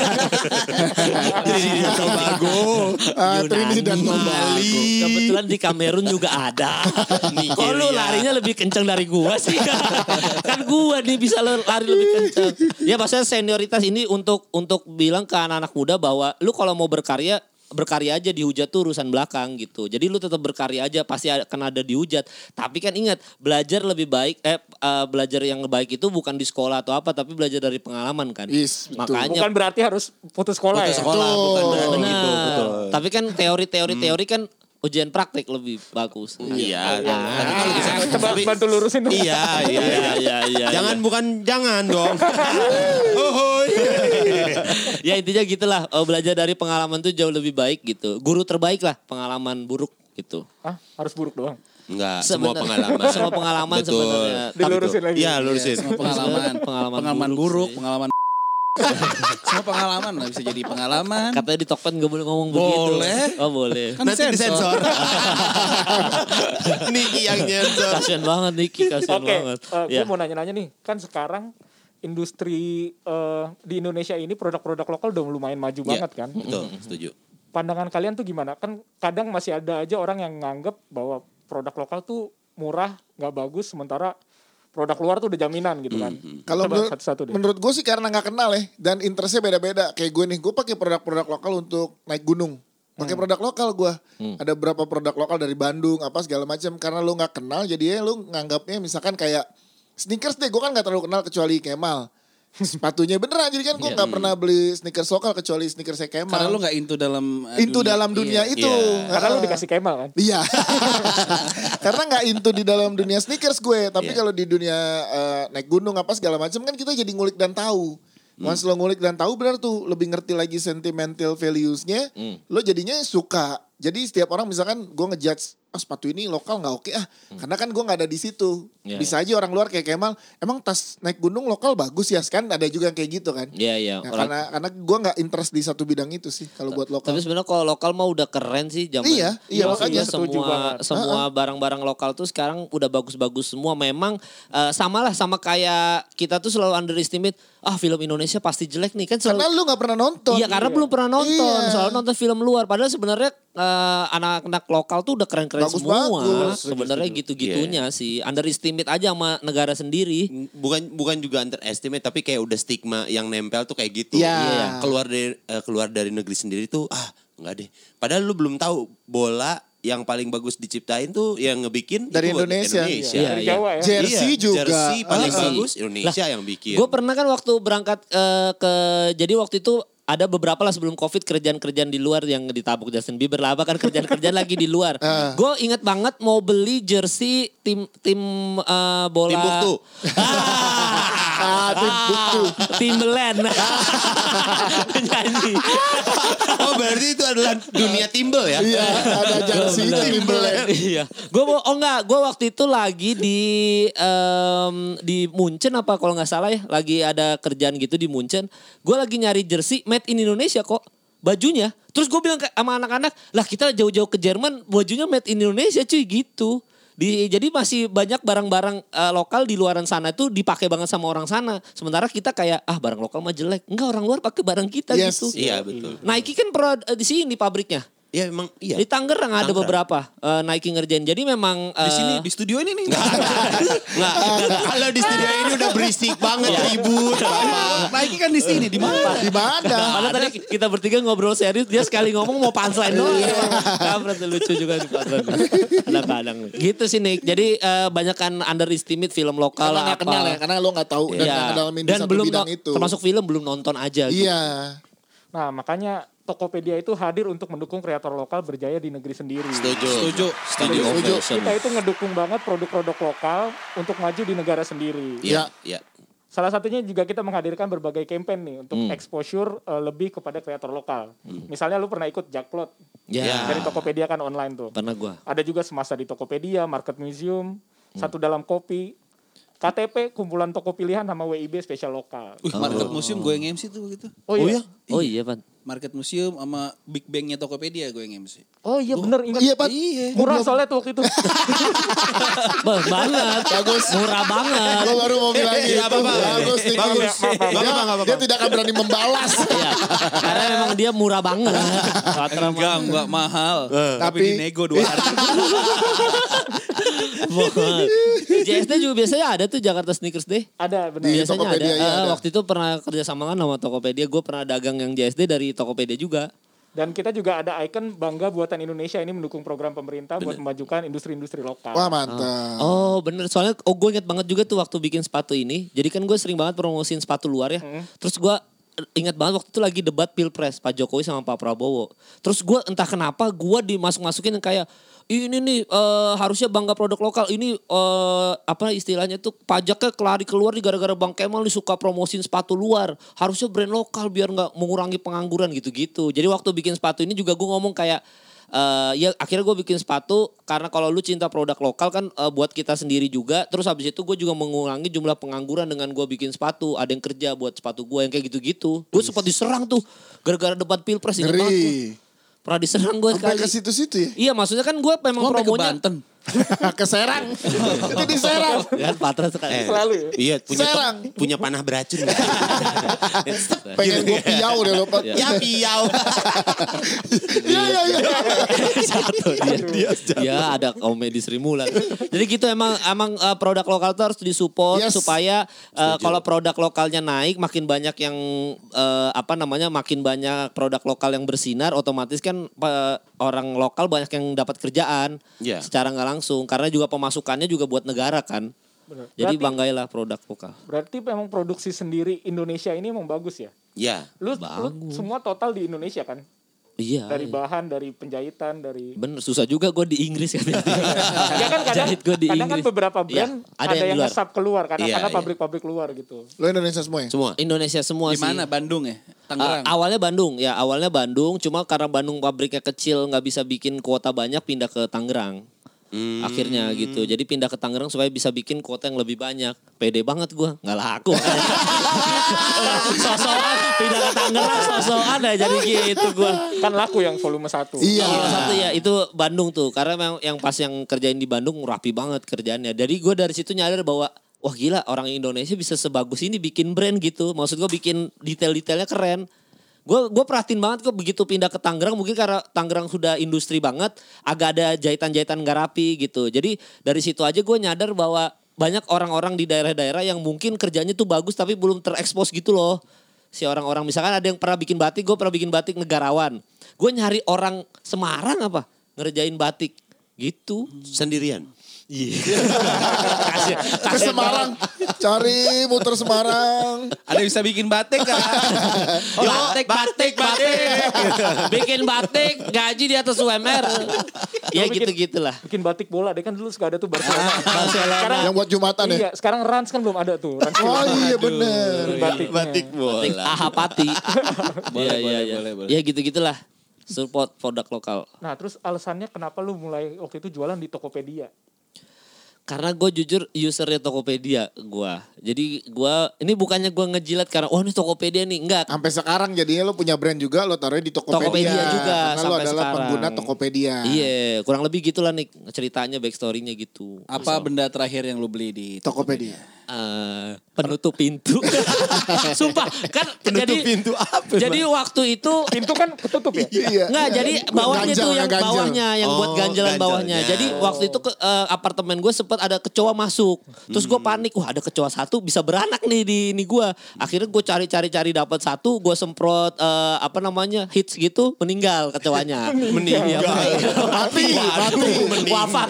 S4: Di Tobago.
S2: Trinidad dan
S3: Tobago. Kebetulan di Kamerun juga ada. Kok lu larinya lebih kenceng dari gua sih? Kan gua nih bisa lari lebih kenceng. Ya maksudnya senioritas ini untuk bilang ke anak-anak muda bahwa lu kalau mau berkarya berkarya aja, dihujat tuh urusan belakang gitu. Jadi lu tetap berkarya aja, pasti akan ada dihujat. Tapi kan ingat, belajar lebih baik belajar yang baik itu bukan di sekolah atau apa, tapi belajar dari pengalaman kan.
S2: Yes, betul.
S3: Makanya
S1: Bukan berarti harus putus sekolah
S5: Putus
S1: ya.
S5: sekolah bukan berarti
S3: benar.
S5: gitu. Betul.
S3: Tapi kan teori kan ujian praktek lebih bagus.
S4: Iya. Tapi kalau bisa
S1: Coba bantu lurusin dong.
S4: Iya. Jangan dong.
S3: Ya intinya gitulah, belajar dari pengalaman tuh jauh lebih baik gitu. Guru terbaik lah pengalaman buruk gitu.
S1: Hah? Harus buruk doang.
S4: Enggak, semua
S3: Sebenarnya-
S4: pengalaman.
S3: semua pengalaman
S4: Betul.
S3: sebenarnya.
S1: Dilurusin lagi.
S4: Iya, lurusin.
S5: Semua pengalaman
S3: buruk
S5: buruk,
S3: sih.
S5: pengalaman semua pengalaman lah bisa jadi pengalaman.
S3: Katanya di Tokpen gak boleh ngomong begitu.
S5: Boleh.
S3: Oh boleh.
S5: Kan
S4: Nanti disensor. Niki yang nyensor.
S3: Kasian banget Niki, kasian
S1: Oke,
S3: banget.
S1: gue
S3: Ya.
S1: mau nanya-nanya nih. Kan sekarang industri di Indonesia ini produk-produk lokal udah lumayan maju
S4: Iya,
S1: banget kan.
S4: Betul, setuju.
S1: Pandangan kalian tuh gimana? Kan kadang masih ada aja orang yang nganggep bahwa produk lokal tuh murah, nggak bagus, sementara produk luar tuh udah jaminan gitu kan.
S2: Kalau
S1: Coba satu-satu deh.
S2: menurut gue sih karena nggak kenal ya dan interestnya beda-beda. Kayak gue nih, gue pakai produk-produk lokal untuk naik gunung. Pakai produk lokal gue. Ada berapa produk lokal dari Bandung apa segala macam. Karena lu nggak kenal jadinya lu nganggapnya misalkan kayak sneakers deh. Gue kan nggak terlalu kenal kecuali Kemal. Sepatunya beneran jadi kan gue nggak pernah beli sneakers lokal kecuali sneakersnya Kemal.
S5: Karena lu gak into dalam
S2: dalam dunia
S5: iya.
S2: itu.
S1: Karena lu dikasih Kemal kan.
S2: Iya. Karena nggak into di dalam dunia sneakers gue, tapi
S4: Iya.
S2: kalau di dunia naik gunung apa segala macam kan kita jadi ngulik dan tahu. Once lo ngulik dan tahu benar tuh lebih ngerti lagi sentimental values-nya, lo jadinya suka. Jadi setiap orang misalkan gue ngejudge sepatu ini lokal nggak oke karena kan gue nggak ada di situ.
S3: Iya.
S2: Bisa aja orang luar kayak Kemal, emang tas naik gunung lokal bagus ya kan ada juga yang kayak gitu kan.
S3: Iya, iya.
S2: Nah, karena gue nggak interest di satu bidang itu sih kalau buat lokal.
S3: Tapi sebenarnya kalau lokal mah udah keren sih zaman.
S2: Iya,
S1: Iya,
S2: makanya
S1: setuju banget.
S3: semua barang-barang lokal tuh sekarang udah bagus-bagus semua. Memang sama kayak kita tuh selalu underestimate. Film Indonesia pasti jelek nih kan selalu.
S2: Karena lu nggak pernah nonton.
S3: Iya karena belum pernah nonton,
S2: Iya.
S3: selalu nonton film luar. Padahal sebenarnya anak-anak lokal tuh udah keren-keren semua.
S2: Bagus-bagus.
S3: Sebenarnya gitu-gitunya sih. Underestimate aja sama negara sendiri.
S4: Bukan juga underestimate tapi kayak udah stigma yang nempel tuh kayak gitu.
S2: Iya.
S4: Keluar dari negeri sendiri tuh enggak deh. Padahal lu belum tahu bola yang paling bagus diciptain tuh yang ngebikin
S2: Dari
S4: itu
S2: Indonesia.
S3: Iya,
S1: Dari
S3: iya.
S1: Jawa ya.
S2: Jersey juga.
S4: Jersey paling
S3: Jersey.
S4: bagus Indonesia yang bikin.
S3: Gue pernah kan waktu berangkat jadi waktu itu ada beberapa lah sebelum COVID kerjaan-kerjaan di luar yang ditabuk Justin Bieber lah, apa kan kerjaan-kerjaan lagi di luar. Gue inget banget mau beli jersey tim bola.
S4: Timbuktu.
S2: Timbuktu.
S3: Timberland. Nyanyi.
S4: Oh berarti itu adalah dunia timbel ya?
S2: Iya, ada jersey Timberland.
S3: Iya. Gue waktu itu lagi di Munchen apa kalau nggak salah ya, lagi ada kerjaan gitu di Munchen. Gue lagi nyari jersey made in Indonesia kok bajunya. Terus gue bilang sama anak-anak, lah kita jauh-jauh ke Jerman bajunya made in Indonesia cuy gitu. Jadi masih banyak barang-barang lokal di luaran sana tuh dipakai banget sama orang sana. Sementara kita kayak barang lokal mah jelek. Enggak, orang luar pakai barang kita
S2: Yes.
S3: gitu.
S4: Iya betul.
S3: Nike kan di sini pabriknya.
S4: Iya emang iya.
S3: Di Tangerang ada beberapa Nike ngerjain. Jadi memang
S5: Di sini di studio ini nih.
S4: Nggak, kalau di studio ini udah berisik banget ribut.
S5: Nike kan di sini di mana?
S2: Di mana?
S3: Padahal tadi kita bertiga ngobrol serius, dia sekali ngomong mau punchline doang. Kampret lucu juga di punchline. Kadang-kadang. Gitu sih Nick. Jadi banyak kan underestimate film lokal
S2: Karena nggak
S3: apa.
S2: kenal ya, karena lo nggak tahu dan nggak ngedalamin di
S3: Dan
S2: satu
S3: belum
S2: bidang itu.
S3: termasuk film belum nonton aja. Gitu.
S2: Iya.
S1: Nah, makanya Tokopedia itu hadir untuk mendukung kreator lokal berjaya di negeri sendiri.
S4: Setuju.
S1: Kita itu ngedukung banget produk-produk lokal untuk maju di negara sendiri.
S4: Iya. Iya.
S1: Salah satunya juga kita menghadirkan berbagai campaign nih untuk exposure lebih kepada kreator lokal. Misalnya lu pernah ikut Jakplot
S3: Ya.
S1: dari Tokopedia kan online tuh.
S3: Pernah gua.
S1: Ada juga Semasa di Tokopedia, Market Museum, Satu Dalam Kopi, KTP, kumpulan toko pilihan sama WIB spesial lokal.
S5: Market Museum gue yang MC tuh gitu.
S1: Oh iya?
S3: Oh iya Pan.
S5: Market Museum sama Big Bang-nya Tokopedia gue yang MC.
S1: Oh iya bener ingat.
S2: Iya, Pak.
S1: Murah soalnya tuh waktu itu.
S3: Banget.
S2: Bagus.
S3: Murah banget.
S2: Gue baru mau bilang gitu.
S4: apa-apa.
S2: Bagus nih.
S4: Bagus.
S2: Dia tidak akan berani membalas.
S3: Iya. Karena memang dia murah banget.
S5: Enggak mahal. Tapi
S2: Tapi-
S5: dinego 2 hari.
S3: Banget. JSD juga biasanya ada tuh Jakarta Sneakers Day.
S1: Ada bener.
S2: Di
S3: Biasanya
S2: Tokopedia,
S3: ada.
S2: iya, ada.
S3: Waktu itu pernah kerja sama kan sama Tokopedia. Gue pernah dagang yang JSD dari Tokopedia juga.
S1: Dan kita juga ada ikon Bangga Buatan Indonesia ini mendukung program pemerintah buat memajukan industri-industri lokal.
S2: Wah mantap.
S3: Oh bener, soalnya gue inget banget juga tuh waktu bikin sepatu ini. Jadi kan gue sering banget promosiin sepatu luar ya. Terus gue ingat banget waktu itu lagi debat Pilpres Pak Jokowi sama Pak Prabowo. Terus gue entah kenapa gue dimasuk-masukin kayak ini nih harusnya bangga produk lokal. Ini apa istilahnya tuh pajaknya kelari keluar nih gara-gara Bang Kemal nih suka promosiin sepatu luar. Harusnya brand lokal biar nggak mengurangi pengangguran gitu-gitu. Jadi waktu bikin sepatu ini juga gue ngomong kayak ya akhirnya gue bikin sepatu karena kalau lu cinta produk lokal kan buat kita sendiri juga. Terus habis itu gue juga mengurangi jumlah pengangguran dengan gue bikin sepatu. Ada yang kerja buat sepatu gue yang kayak gitu-gitu. Gue sempat diserang tuh gara-gara debat Pilpres ini banget tuh. Pernah diserang gue sekali.
S2: Sampai ke situ-situ ya?
S3: Iya maksudnya kan gue memang
S5: Sampai ke
S3: promonya.
S5: Banten.
S2: Ke Serang. Itu di Serang.
S3: Ya Patra sekali.
S1: Selalu ya.
S4: Iya,
S2: Serang.
S4: punya panah beracun.
S2: Pengen gue piau deh lo.
S4: Ya piau.
S2: Iya.
S3: Satu dia. Ya ada komedi Sri Mulat. Jadi gitu emang produk lokal tuh harus disupport
S2: Yes.
S3: supaya kalau produk lokalnya naik makin banyak yang makin banyak produk lokal yang bersinar otomatis kan orang lokal banyak yang dapat kerjaan secara nggak langsung karena juga pemasukannya juga buat negara kan.
S1: Bener.
S3: Jadi
S1: Berarti-
S3: banggailah produk lokal.
S1: Berarti memang produksi sendiri Indonesia ini emang bagus ya?
S4: Ya.
S1: Lu semua total di Indonesia kan?
S3: Iya.
S1: Dari bahan, dari penjahitan, dari...
S3: Bener susah juga gue di Inggris kan.
S1: Ya kan kadang,
S3: Jahit gue di
S1: kadang kan
S3: Inggris.
S1: beberapa brand
S3: Iya, ada
S1: ada
S3: yang
S1: yang
S3: luar.
S1: nge-sub keluar karena
S4: Iya.
S1: pabrik-pabrik luar gitu.
S2: Lo Indonesia semua ya?
S4: Semua.
S3: Indonesia semua
S5: Di
S3: sih.
S5: mana? Bandung ya? Tangerang.
S3: Awalnya Bandung, cuma karena Bandung pabriknya kecil nggak bisa bikin kuota banyak pindah ke Tangerang. Akhirnya gitu. Jadi pindah ke Tangerang supaya bisa bikin kuota yang lebih banyak. Pede banget gue, nggak laku. Sosokan pindah ke Tangerang, sosokan aja jadi gitu gue.
S1: Kan laku yang volume 1.
S2: Iya.
S3: Salah satu ya itu Bandung tuh, karena memang yang pas yang kerjain di Bandung rapi banget kerjaannya. Jadi gue dari situ nyadar bahwa wah gila orang Indonesia bisa sebagus ini bikin brand gitu. Maksud gue bikin detail-detailnya keren. Gue perhatiin banget kok begitu pindah ke Tangerang mungkin karena Tangerang sudah industri banget agak ada jahitan-jahitan nggak rapi gitu. Jadi dari situ aja gue nyadar bahwa banyak orang-orang di daerah-daerah yang mungkin kerjanya tuh bagus tapi belum terekspos gitu loh. Si orang-orang misalkan ada yang pernah bikin batik, gue pernah bikin batik Negarawan. Gue nyari orang Semarang ngerjain batik gitu.
S4: Sendirian.
S3: Iya.
S2: Ke Semarang. Cari muter Semarang.
S5: Ada yang bisa bikin batik kan?
S3: Batik. Bikin batik, gaji di atas UMR. Ya gitu-gitulah.
S1: Bikin batik bola deh kan dulu suka ada tuh Barcelona. Sekarang
S2: Yang buat Jumatan ya?
S1: iya, sekarang Rans kan belum ada tuh. Rans
S2: Oh iya bener.
S1: batiknya.
S4: Batik bola.
S3: Ahapati. Iya.
S5: boleh.
S3: Ya gitu-gitulah. Support produk lokal.
S1: Nah terus alasannya kenapa lu mulai waktu itu jualan di Tokopedia?
S3: Karena gue jujur usernya Tokopedia gue. Jadi gue, ini bukannya gue ngejilat karena ini Tokopedia nih. Enggak.
S2: Sampai sekarang jadinya lo punya brand juga, lo taruhnya di Tokopedia.
S3: Tokopedia juga
S2: Karena lo
S3: sampai
S2: adalah
S3: sekarang.
S2: pengguna Tokopedia.
S3: Iya, kurang lebih gitulah nih ceritanya, backstory-nya gitu.
S5: Apa benda terakhir yang lu beli di
S2: Tokopedia.
S3: Penutup pintu. Sumpah kan
S4: Penutup
S3: jadi
S4: pintu apa?
S3: jadi waktu itu
S1: Pintu kan ketutup ya?
S2: Iya.
S3: Enggak, jadi bawahnya
S2: Ganjal,
S3: tuh yang
S2: ganjal.
S3: bawahnya yang buat ganjalan
S4: ganjalnya.
S3: bawahnya. Jadi waktu itu ke apartemen gue sempat ada kecoa masuk. Terus gue panik, wah ada kecoa satu bisa beranak nih di ini gue. Akhirnya gue cari dapat satu, gue semprot hits gitu, meninggal kecoanya.
S4: Meninggal.
S2: Mati.
S3: Wafat.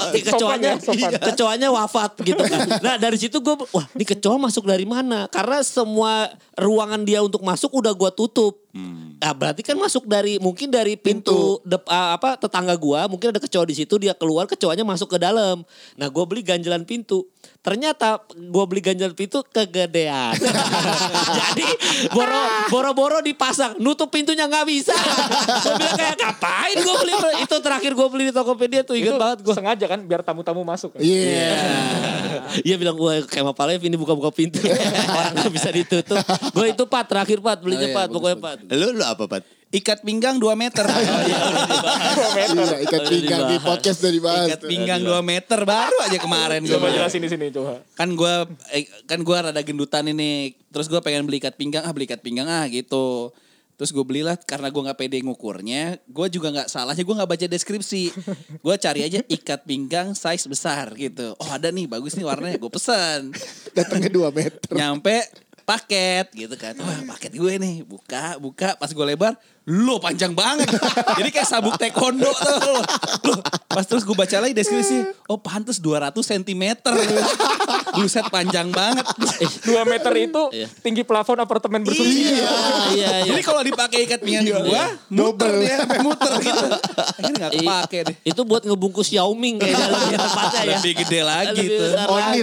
S3: Kecoanya wafat gitu kan. Nah dari situ gue, wah ini kecoa masuk dari mana? Karena semua ruangan dia untuk masuk udah gue tutup. Nah berarti kan masuk mungkin dari pintu tetangga gua, mungkin ada kecoa di situ, dia keluar kecoanya masuk ke dalam. Nah gua beli ganjalan pintu. Ternyata gua beli ganjalan pintu kegedean. Jadi boro-boro dipasang, nutup pintunya nggak bisa. Gua bilang kayak ngapain gua beli itu terakhir gua beli di Tokopedia tuh ingat
S1: Itu
S3: banget gua.
S1: sengaja kan biar tamu-tamu masuk. Kan?
S2: Iya.
S3: Iya bilang gue kayak Mapalev ini buka-buka pintu. Orang gak bisa ditutup. Gue itu terakhir belinya
S5: iya,
S3: pokoknya
S5: bagus.
S4: Lu apa, Pat?
S5: Ikat pinggang 2 meter.
S2: Iya, ikat pinggang di podcast udah dibahas.
S5: Ikat pinggang 2 meter baru aja kemarin gue.
S1: Coba jelasin di sini coba.
S5: Kan gue rada gendutan ini. Terus gue pengen beli ikat pinggang gitu. Terus gue belilah karena gue gak pede ngukurnya. Gue juga gak salahnya gue gak baca deskripsi. Gue cari aja ikat pinggang size besar gitu. Oh ada nih bagus nih warnanya, gue pesan.
S2: Datangnya 2 meter.
S5: Nyampe paket gitu kan. Wah, paket gue nih, buka pas gue lebar, lo panjang banget. Jadi kayak sabuk taekwondo tuh. Loh, pas terus gue baca lagi deskripsi, oh pantes 200 cm. Buset panjang banget.
S1: 2 meter itu tinggi plafon apartemen bersubsidi.
S3: Iya.
S5: Jadi kalau dipakai ikat pinggang gue, muter dia, sampai muter gitu. Akhirnya gak kepake deh.
S3: Itu buat ngebungkus Xiaoming kayak lebih tepatnya ya.
S5: Lebih gede lagi
S3: Lebih
S5: tuh.
S3: besar lagi.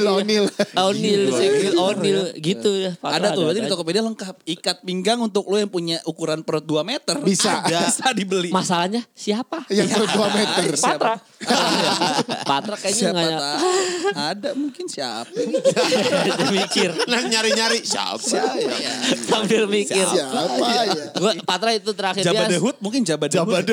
S3: O'Neal gitu ya.
S5: Ada tuh, berarti di Tokopedia lengkap. Ikat pinggang untuk lo yang punya ukuran perut 2 meter.
S2: Bisa.
S5: Bisa dibeli.
S3: Masalahnya siapa?
S2: Yang per 2 meter.
S1: Patra.
S3: Patra kayaknya
S5: Siapa
S3: nggak
S5: tahu. Ada mungkin siapa.
S3: mikir.
S4: Nah nyari-nyari siapa ya?
S3: Sambil mikir.
S2: Siapa ya?
S3: Gua Patra itu terakhir
S5: Jabba
S3: dia.
S5: the Hood mungkin Jabba the Hood.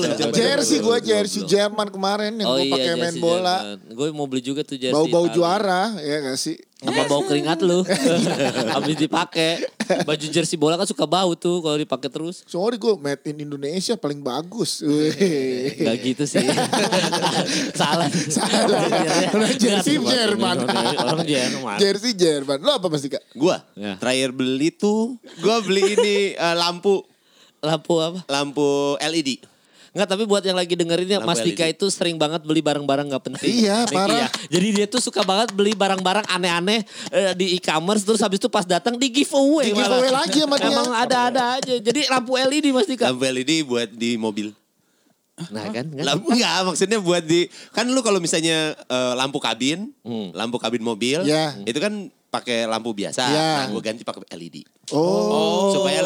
S2: Jersey Jerman kemarin yang gue pakai main bola.
S3: Gue mau beli juga tuh jersey.
S2: Bau-bau
S3: Itali.
S2: juara ya gak sih?
S3: Apa bau keringat lu? Habis dipakai. Baju jersey bola kan suka bau tuh kalau dipakai terus.
S2: Sorry gue made in Indonesia paling bagus.
S3: Gak gitu sih. Salah.
S2: Orang jersey Jerman.
S3: Orang Jerman.
S2: Jersey Jerman. Lo apa Mas Dika?
S4: Gua
S3: Ya.
S4: terakhir beli tuh, gua beli ini lampu
S3: Lampu apa?
S4: LED.
S3: Enggak, tapi buat yang lagi dengerin ya,
S4: Lampu
S3: Mas Dika
S4: LED.
S3: itu sering banget beli barang-barang gak penting.
S2: Iya,
S3: Niki
S2: parah.
S3: ya. Jadi dia tuh suka banget beli barang-barang aneh-aneh di e-commerce, terus habis itu pas datang di giveaway.
S2: Di giveaway lagi sama dia.
S3: Emang ada-ada aja. Jadi lampu LED Mas Dika.
S4: Lampu LED buat di mobil.
S3: Nah kan.
S4: Lampu enggak, maksudnya buat di kan lu kalau misalnya lampu kabin mobil,
S2: Ya.
S4: itu kan pakai lampu biasa.
S2: Ya.
S4: Nah, gue ganti pakai LED.
S2: Oh.
S4: Supaya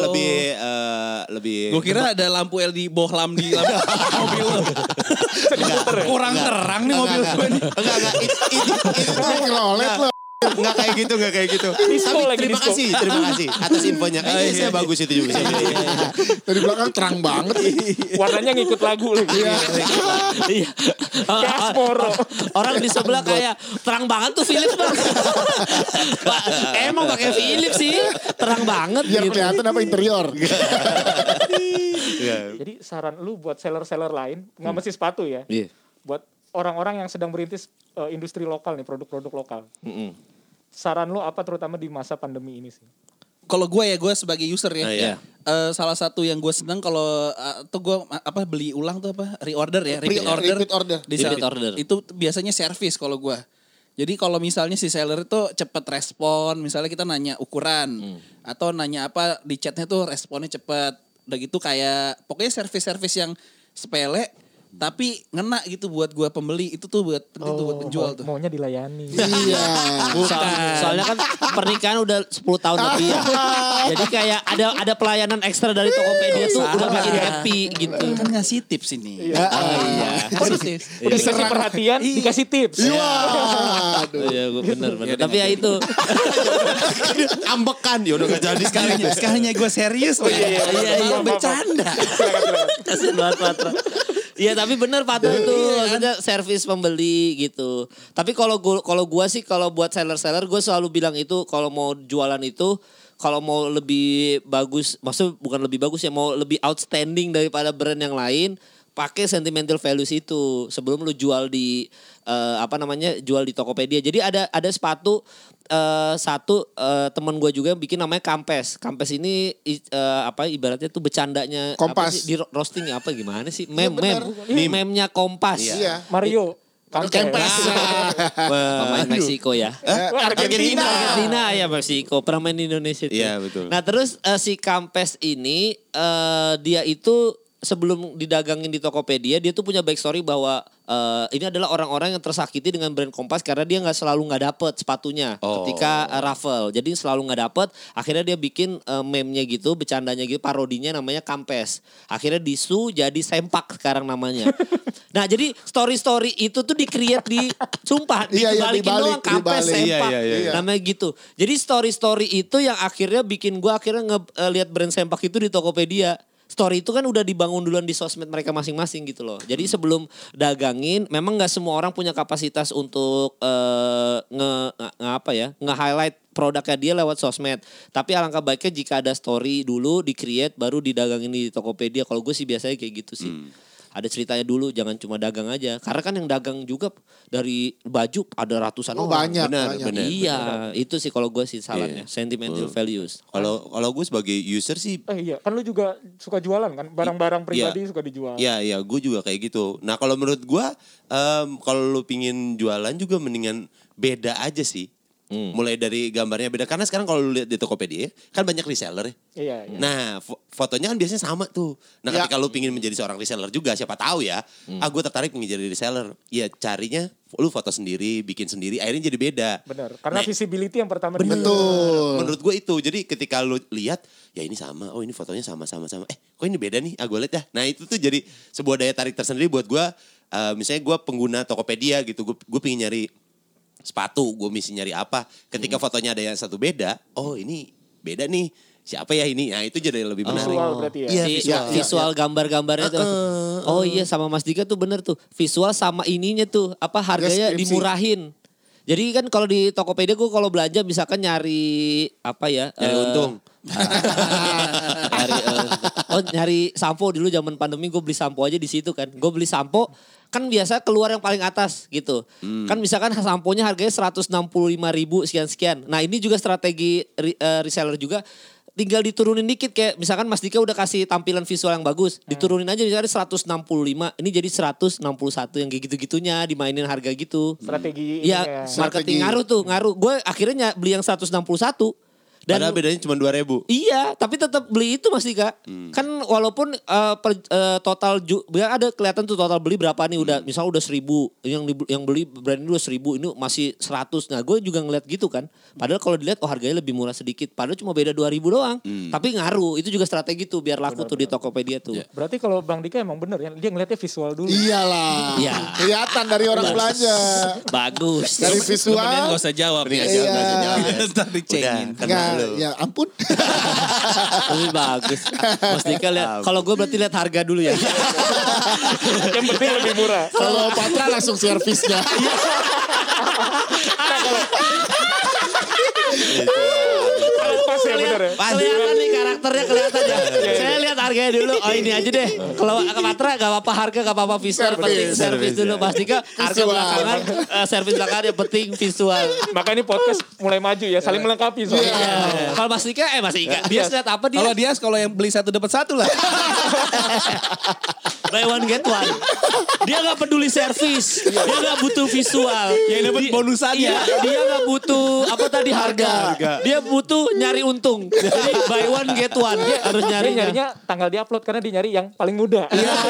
S4: lebih
S5: Gue kira ada lampu LED bohlam di lampu mobil lo. Kurang terang nih mobil gue nih.
S4: Enggak, itu
S2: Mikrolet lo.
S4: enggak kayak gitu.
S1: Disco
S4: Tapi
S1: lagi,
S4: terima
S1: disco.
S4: kasih atas infonya. Kayaknya saya bagus itu juga.
S2: Dari belakang terang banget.
S1: Warnanya ngikut lagu lagi.
S3: Iya.
S1: Kayak Asmoro.
S3: Orang di sebelah kayak terang banget tuh Philips Bang. Emang pakai Philips sih. Terang banget
S2: Biar
S3: gitu.
S2: kelihatan apa interior.
S1: Jadi saran lu buat seller-seller lain, nggak mesti sepatu ya.
S3: Iya.
S1: Buat orang-orang yang sedang merintis industri lokal nih, produk-produk lokal. Saran lu apa terutama di masa pandemi ini sih?
S5: Kalau gue sebagai user ya.
S4: Iya.
S5: Salah satu yang gue senang kalau tuh gue beli ulang tuh reorder ya, repeat order.
S2: Repeat order.
S5: Di
S3: Repeat
S5: saat-
S3: order.
S5: Itu biasanya service kalau gue. Jadi kalau misalnya si seller itu cepet respon, misalnya kita nanya ukuran atau nanya apa di chatnya tuh responnya cepet. Udah gitu kayak pokoknya service-service yang sepele tapi ngena gitu buat gue pembeli, itu tuh buat penting tuh buat penjual tuh.
S1: Maunya dilayani.
S2: Iya.
S3: Soalnya kan pernikahan udah 10 tahun lebih ya. Jadi kayak ada pelayanan ekstra dari Tokopedia tuh udah bikin happy gitu.
S5: Kan ngasih tips ini.
S2: Ya.
S5: Positif.
S1: Udah dikasih perhatian, dikasih tips.
S2: Waduh.
S3: Iya, bener. Tapi ya itu.
S4: Ambekan ya udah gak jadi
S5: Sekalinya gue serius.
S1: iya.
S5: Malah bercanda.
S3: Kasian banget Patra. Iya tapi bener Patra tuh, maksudnya servis pembeli gitu. Tapi kalau gua sih kalau buat seller-seller gue selalu bilang itu kalau mau jualan itu kalau mau lebih bagus, maksudnya bukan lebih bagus ya, mau lebih outstanding daripada brand yang lain, pakai sentimental values itu sebelum lu jual di jual di Tokopedia. Jadi ada sepatu teman gue juga yang bikin namanya Kampes. Kampes ini ibaratnya tuh bercandanya
S2: Kompas.
S3: apa sih, di roasting apa gimana sih? Memnya Kompas.
S2: Iya.
S1: Mario.
S2: Kempes.
S3: Pemain Meksiko ya.
S1: Argentina.
S3: Ya Meksiko, pernah main di Indonesia.
S4: Iya, betul.
S3: Nah terus si Kampes ini dia itu sebelum didagangin di Tokopedia dia tuh punya backstory bahwa ini adalah orang-orang yang tersakiti dengan brand Kompas karena dia selalu nggak dapet sepatunya ketika raffle. Jadi selalu nggak dapet. Akhirnya dia bikin meme-nya gitu, bercandanya gitu, parodinya namanya Kampes. Akhirnya disu jadi Sempak sekarang namanya. Nah jadi story-story itu tuh di-create sumpah dibalikin doang Kampes Sempak.
S4: Iya.
S3: Namanya gitu. Jadi story-story itu yang akhirnya bikin gue akhirnya lihat brand Sempak itu di Tokopedia. Story itu kan udah dibangun duluan di sosmed mereka masing-masing gitu loh. Jadi sebelum dagangin, memang nggak semua orang punya kapasitas untuk nge-highlight produknya dia lewat sosmed. Tapi alangkah baiknya jika ada story dulu di-create baru didagangin di Tokopedia. Kalau gue sih biasanya kayak gitu sih. ada ceritanya dulu, jangan cuma dagang aja. Karena kan yang dagang juga dari baju ada ratusan
S2: Oh,
S3: orang.
S2: banyak.
S4: Benar.
S3: Iya, itu sih kalau gue sih salahnya, sentimental values.
S4: Kalau gue sebagai user sih,
S1: Iya, kan lu juga suka jualan kan? Barang-barang pribadi suka dijual.
S4: iya gue juga kayak gitu. Nah kalau menurut gue, kalau lu pingin jualan juga mendingan beda aja sih. Mulai dari gambarnya beda. Karena sekarang kalau lu lihat di Tokopedia kan banyak reseller ya.
S1: Iya.
S4: Nah fotonya kan biasanya sama tuh. Nah ketika lu pingin menjadi seorang reseller juga, siapa tahu ya. Gue tertarik menjadi reseller. Ya carinya lu foto sendiri, bikin sendiri, akhirnya jadi beda.
S1: Benar. Karena visibility yang pertama
S2: Betul.
S4: Menurut gue itu. Jadi ketika lu lihat, ya ini sama. Oh ini fotonya sama. Kok ini beda nih? Gue lihat ya. Nah itu tuh jadi sebuah daya tarik tersendiri buat gue. Misalnya gue pengguna Tokopedia gitu. Gue pengen nyari sepatu, gue mesti nyari apa. Ketika fotonya ada yang satu beda, oh ini beda nih. Siapa ya ini? Nah itu jadi lebih menarik.
S1: Visual berarti ya.
S4: Iya,
S3: Visual gambar-gambarnya tuh. Oh iya sama Mas Dika tuh bener tuh. Visual sama ininya tuh. Apa harganya
S2: Deskripsi.
S3: dimurahin. Jadi kan kalau di Tokopedia gue kalau belanja misalkan nyari apa ya.
S4: Nyari untung.
S3: Nyari sampo dulu zaman pandemi gue beli sampo aja di situ kan. Gue beli sampo kan biasa keluar yang paling atas gitu. Kan misalkan samponya harganya 165.000 sekian-sekian. Nah ini juga strategi reseller juga. Tinggal diturunin dikit kayak misalkan Mas Dika udah kasih tampilan visual yang bagus. Diturunin aja misalnya 165. Ini jadi 161 yang kayak gitu-gitunya dimainin harga gitu.
S1: Strategi
S3: Iya,
S1: ini ya.
S3: marketing ngaruh. Gue akhirnya beli yang 161. Dan
S4: Padahal bedanya cuma 2.000.
S3: iya, tapi tetap beli itu Mas Dika. Kan walaupun total ada kelihatan tuh total beli berapa nih udah misal udah 1.000, yang beli brand ini udah 1.000, ini masih 100. Nah, gue juga ngeliat gitu kan. Padahal kalau dilihat harganya lebih murah sedikit, padahal cuma beda 2.000 doang. Tapi ngaruh, itu juga strategi tuh biar laku tuh di Tokopedia tuh.
S1: Berarti kalau Bang Dika emang bener ya, dia ngeliatnya visual dulu.
S2: Iyalah.
S3: Iya.
S2: Kelihatan dari orang belanja.
S3: Bagus.
S2: Dari
S5: Kemudian
S2: visual.
S5: gak usah jawab.
S4: Mending
S5: ya.
S4: aja, nggak usah jawab.
S5: Ntar dicengin.
S2: Nggak, ya ampun.
S3: Tapi bagus. Mas Dika lihat, kalau gue berarti lihat harga dulu ya.
S1: Yang penting lebih murah.
S2: Kalau Patra langsung servisnya.
S1: Pas ya bener ya.
S3: Kelihatan nih karakternya kelihatan ya. Saya lihat harganya dulu. Oh ini aja deh. Kalau ke Patra gak apa-apa harga, gak apa-apa visual. Penting servis dulu. Mas Dika harga belakangan, servis belakangan yang penting visual.
S1: Maka ini podcast mulai maju ya, saling melengkapi soalnya.
S3: Kalau Mas Dika, dia lihat apa dia?
S5: Kalau dia kalau yang beli satu dapat satu lah.
S3: Buy one get one. Dia gak peduli servis. Dia gak butuh visual.
S5: Yang dapat bonusannya.
S3: Iya, dia gak butuh apa tadi harga. Dia butuh nyari untung. Jadi buy one get one. Harus
S1: Dia
S3: nyari.
S1: nyarinya tanggal di-upload karena dia nyari yang paling muda.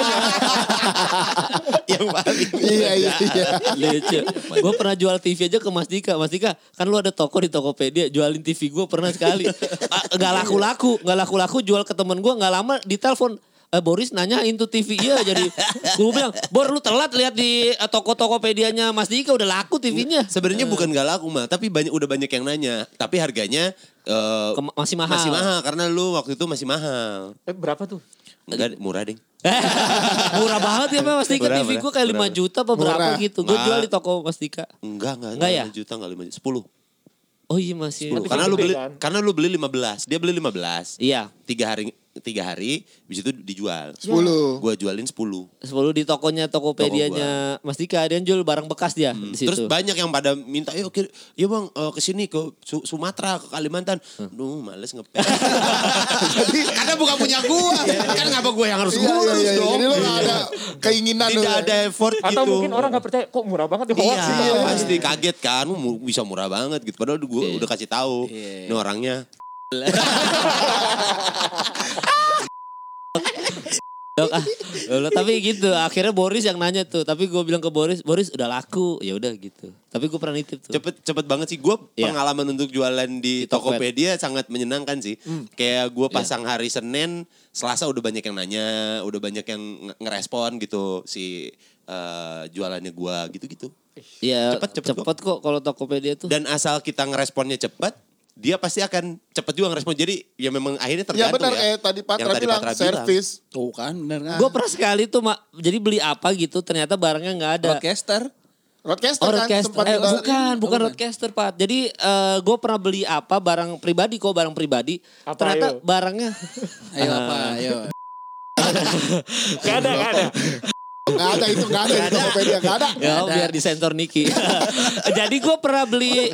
S4: Yang paling.
S2: Iya.
S3: Lucu. Gue pernah jual TV aja ke Mas Dika. Mas Dika, kan lu ada toko di Tokopedia, jualin TV gue pernah sekali. Gak laku-laku jual ke temen gue, gak lama ditelepon. Boris nanyain tuh TV iya jadi gue bilang Bor lu telat lihat di toko Tokopedianya Mas Dika udah laku TV-nya.
S4: Sebenarnya bukan gak laku mah, tapi udah banyak yang nanya. Tapi harganya
S3: Masih mahal.
S4: Masih mahal karena lu waktu itu masih mahal.
S1: Berapa tuh?
S4: Enggak, murah ding.
S3: Murah banget ya Mas Dika.
S4: Murah,
S3: TV gue kayak 5 juta apa berapa
S2: Murah.
S3: gitu. Gue
S4: Nggak.
S3: jual di toko Mas Dika.
S4: Enggak
S3: ya?
S4: 5 juta, enggak 5 juta. 10.
S3: Oh iya masih.
S1: Berarti
S4: Karena
S1: gede kan?
S4: karena lu beli 15. Dia beli 15.
S3: Iya.
S4: 3 hari habis itu dijual.
S2: 10.
S4: Gua jualin 10.
S3: 10 di tokonya Tokopedianya Mas Dika. Dia jual barang bekas dia di situ.
S4: Terus banyak yang pada minta, "Ayo ya Bang, ke sini ke Sumatera, ke Kalimantan." Duh, males ngepet. Jadi karena bukan punya gua. Kan ngapa gua yang harus ngurus
S2: Iya.
S4: dong.
S2: Jadi lo gak ada keinginan
S4: Tidak
S2: lo.
S4: ada effort gitu.
S1: Atau mungkin orang gak percaya, kok murah banget ya hoax sih.
S4: Iya, pasti kaget kan, bisa murah banget gitu. Padahal gue udah kasih tahu, ini orangnya.
S3: Tapi gitu akhirnya Boris yang nanya tuh. Tapi gue bilang ke Boris udah laku. Ya udah gitu. Tapi gue pernah nitip tuh.
S4: Cepet banget sih. Gue
S3: Iya.
S4: pengalaman untuk jualan di Tokopedia sangat menyenangkan sih. Kayak gue pasang hari Senin, Selasa udah banyak yang nanya, udah banyak yang ngerespon gitu si jualannya gue gitu-gitu.
S3: Iya
S4: Cepet
S3: cepet kok kalau Tokopedia tuh.
S4: Dan asal kita ngeresponnya cepet, dia pasti akan cepet juga ngerespon. Jadi ya memang akhirnya
S2: Ya
S4: tergantung
S2: benar
S4: ya.
S2: kayak tadi Patra
S4: Yang tadi
S2: bilang
S4: Patra bilang.
S2: servis.
S5: Tuh kan bener kan.
S3: Gue pernah sekali tuh jadi beli apa gitu ternyata barangnya nggak ada.
S5: Broadcaster.
S2: Roadcaster
S3: Oh
S2: kan
S3: roadcaster,
S2: sempat kita-
S3: bukan roadcaster Pak. Jadi gue pernah beli apa barang pribadi
S1: Apa,
S3: ternyata
S1: ayo?
S3: barangnya
S5: Ayo apa ayo.
S1: Gak ada.
S2: Nggak ada itu, nggak ada di Tokopedia, nggak ada.
S3: Ya biar disensor Niki. Jadi gue pernah beli.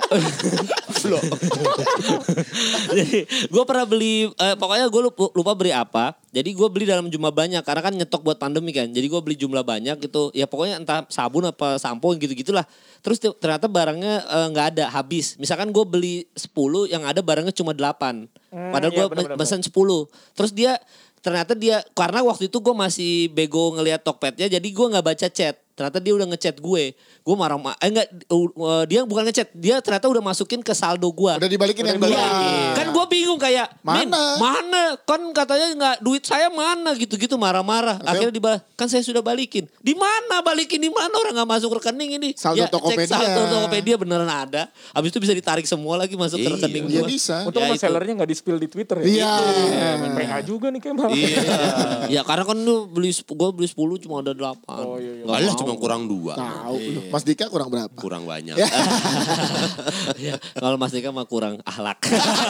S3: Jadi gue pernah beli, pokoknya gue lupa beli apa. Jadi gue beli dalam jumlah banyak karena kan nyetok buat pandemi kan. Jadi gue beli jumlah banyak gitu. Ya pokoknya entah sabun apa sampo gitu-gitulah. Terus ternyata barangnya nggak ada, habis. Misalkan gue beli 10 yang ada barangnya cuma 8. Padahal gue pesan 10. Terus ternyata dia karena waktu itu gue masih bego ngelihat Tokpednya, jadi gue nggak baca chat. Ternyata dia udah ngechat gue dia bukan ngechat, dia ternyata udah masukin ke saldo gue.
S2: Udah dibalikin yang dua.
S3: Kan gue bingung kayak, mana? Kan katanya nggak, duit saya mana gitu-gitu, marah-marah. Akhirnya dibalas, kan saya sudah balikin. Di mana orang nggak masuk rekening ini?
S2: Saldo Tokopedia.
S3: Cek saldo Tokopedia beneran ada. Habis itu bisa ditarik semua lagi masuk ke rekening gue.
S2: Iya bisa.
S1: Untung
S3: Ya,
S1: sellernya nggak di-spill di Twitter ya.
S2: Iya.
S1: PH juga nih Kemal.
S3: Ya karena kan lu gue beli 10 cuma ada 8.
S1: Oh, iya.
S3: Nggak
S4: Alah
S3: mau.
S4: cuma kurang 2.
S2: Tahu lu. Mas Dika kurang berapa?
S4: Kurang banyak.
S3: Ya, kalau Mas Dika mah kurang akhlak.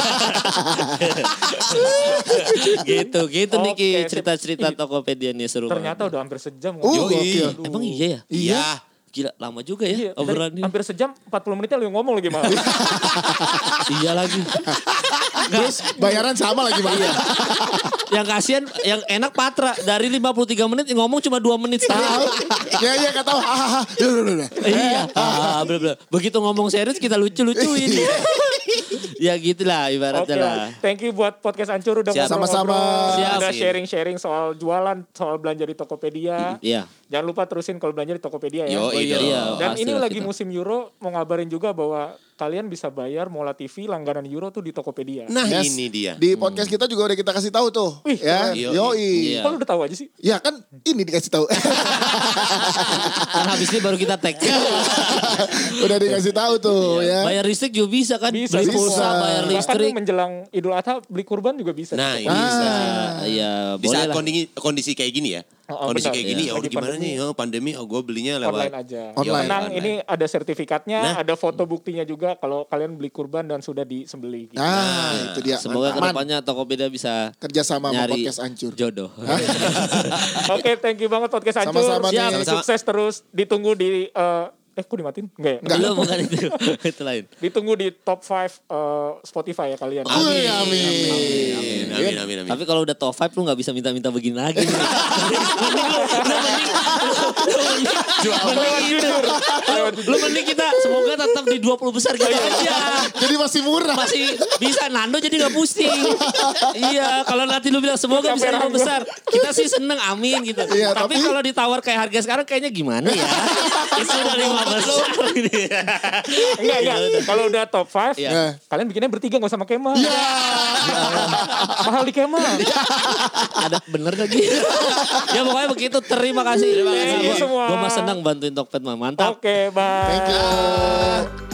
S3: gitu Niki
S1: Oke,
S3: cerita-cerita Tokopedia nih seru
S1: Ternyata
S3: banget.
S1: udah hampir sejam.
S2: Gokil.
S3: Emang iya ya?
S4: Iya.
S3: Gila lama juga ya
S1: Iya,
S3: obrolan
S1: dari
S3: ini.
S1: hampir sejam 40 menitnya lu ngomong lagi malah.
S3: Iya lagi.
S2: Terus bayaran sama lagi Bang.
S3: Yang kasihan, yang enak Patra dari 53 menit ngomong cuma 2 menit setengah.
S2: Tahu. Iya kata hahaha.
S3: Iya. Bener-bener. Begitu ngomong serius kita lucu-lucuin. Ya gitulah ibaratnya
S1: Oke,
S3: lah.
S1: thank you buat podcast Ancur udah
S3: Siap.
S2: Sama-sama.
S1: ngobrol-ngobrol, udah
S3: Siap.
S1: sharing-sharing soal jualan, soal belanja di Tokopedia.
S3: Iya.
S1: Jangan lupa terusin kalau belanja di Tokopedia ya.
S4: Yoi,
S3: iya.
S1: Dan ini
S3: pastilah
S1: lagi
S3: kita.
S1: musim Euro, mau ngabarin juga bahwa kalian bisa bayar Mola TV langganan Euro tuh di Tokopedia.
S4: Nah
S2: Yes.
S4: ini dia.
S2: Di podcast kita juga udah kita kasih tahu tuh.
S1: Wih,
S2: Ya,
S4: keren.
S2: yoi.
S3: Iya.
S1: Kok lu udah tahu aja sih?
S2: Ya kan ini dikasih tahu.
S3: Kan habis ini baru kita tag.
S2: Udah dikasih tahu tuh ya.
S3: Bayar listrik juga bisa kan?
S1: Bisa,
S3: Beli pulsa,
S2: bisa.
S3: bayar
S1: Bahkan
S3: listrik.
S1: nih menjelang Idul Adha beli kurban juga bisa.
S4: Nah ini
S3: Bisa.
S4: bisa.
S3: Iya,
S4: Di
S3: boleh
S4: saat
S3: lah.
S4: kondisi kayak gini ya.
S1: Oh,
S4: Kondisi
S1: benar.
S4: kayak gini
S1: Iya.
S4: ya.
S1: Lagi
S4: Gimana
S1: pandemi.
S4: nih? Pandemi. Gue belinya lewat.
S1: Online aja.
S2: Online.
S1: Tenang, ini ada sertifikatnya,
S4: Nah.
S1: ada foto buktinya juga kalau kalian beli kurban dan sudah disembelih. Gitu.
S2: Nah, itu dia.
S3: Semoga
S2: Aman.
S3: kedepannya Tokopedia bisa
S2: Kerjasama sama
S3: nyari
S2: podcast Ancur.
S3: jodoh.
S1: Oke, thank you banget podcast Ancur.
S2: Sama-sama nih.
S1: Siap,
S4: Sama-sama.
S1: sukses terus. Ditunggu di kok dimatiin? Enggak ya?
S2: Enggak.
S3: Belum bukan itu. Itu lain.
S1: Ditunggu di top 5 Spotify ya kalian.
S2: Amin.
S4: Amin.
S3: Tapi kalau udah top 5 lu gak bisa minta-minta begini lagi. Lu mending kita semoga tetap di 20 besar gitu aja.
S2: Jadi masih murah.
S3: Masih bisa Nando jadi gak pusing. Iya, kalau nanti lu bilang semoga bisa 5 besar. Kita sih seneng, amin gitu.
S2: Iya,
S3: tapi
S2: tapi-
S3: kalau ditawar kayak harga sekarang kayaknya gimana ya? Itu udah 5 besar.
S1: Enggak. Kalau udah top 5,
S3: Iya.
S1: kalian bikinnya bertiga gak usah sama Kemal.
S2: Ya.
S1: Mahal di Kemal.
S3: Ada bener lagi. Ya pokoknya begitu. Terima kasih.
S1: Thank you semua.
S3: Gue mah senang bantuin Tokped mah. Mantap.
S1: Oke, bye.
S2: Thank you.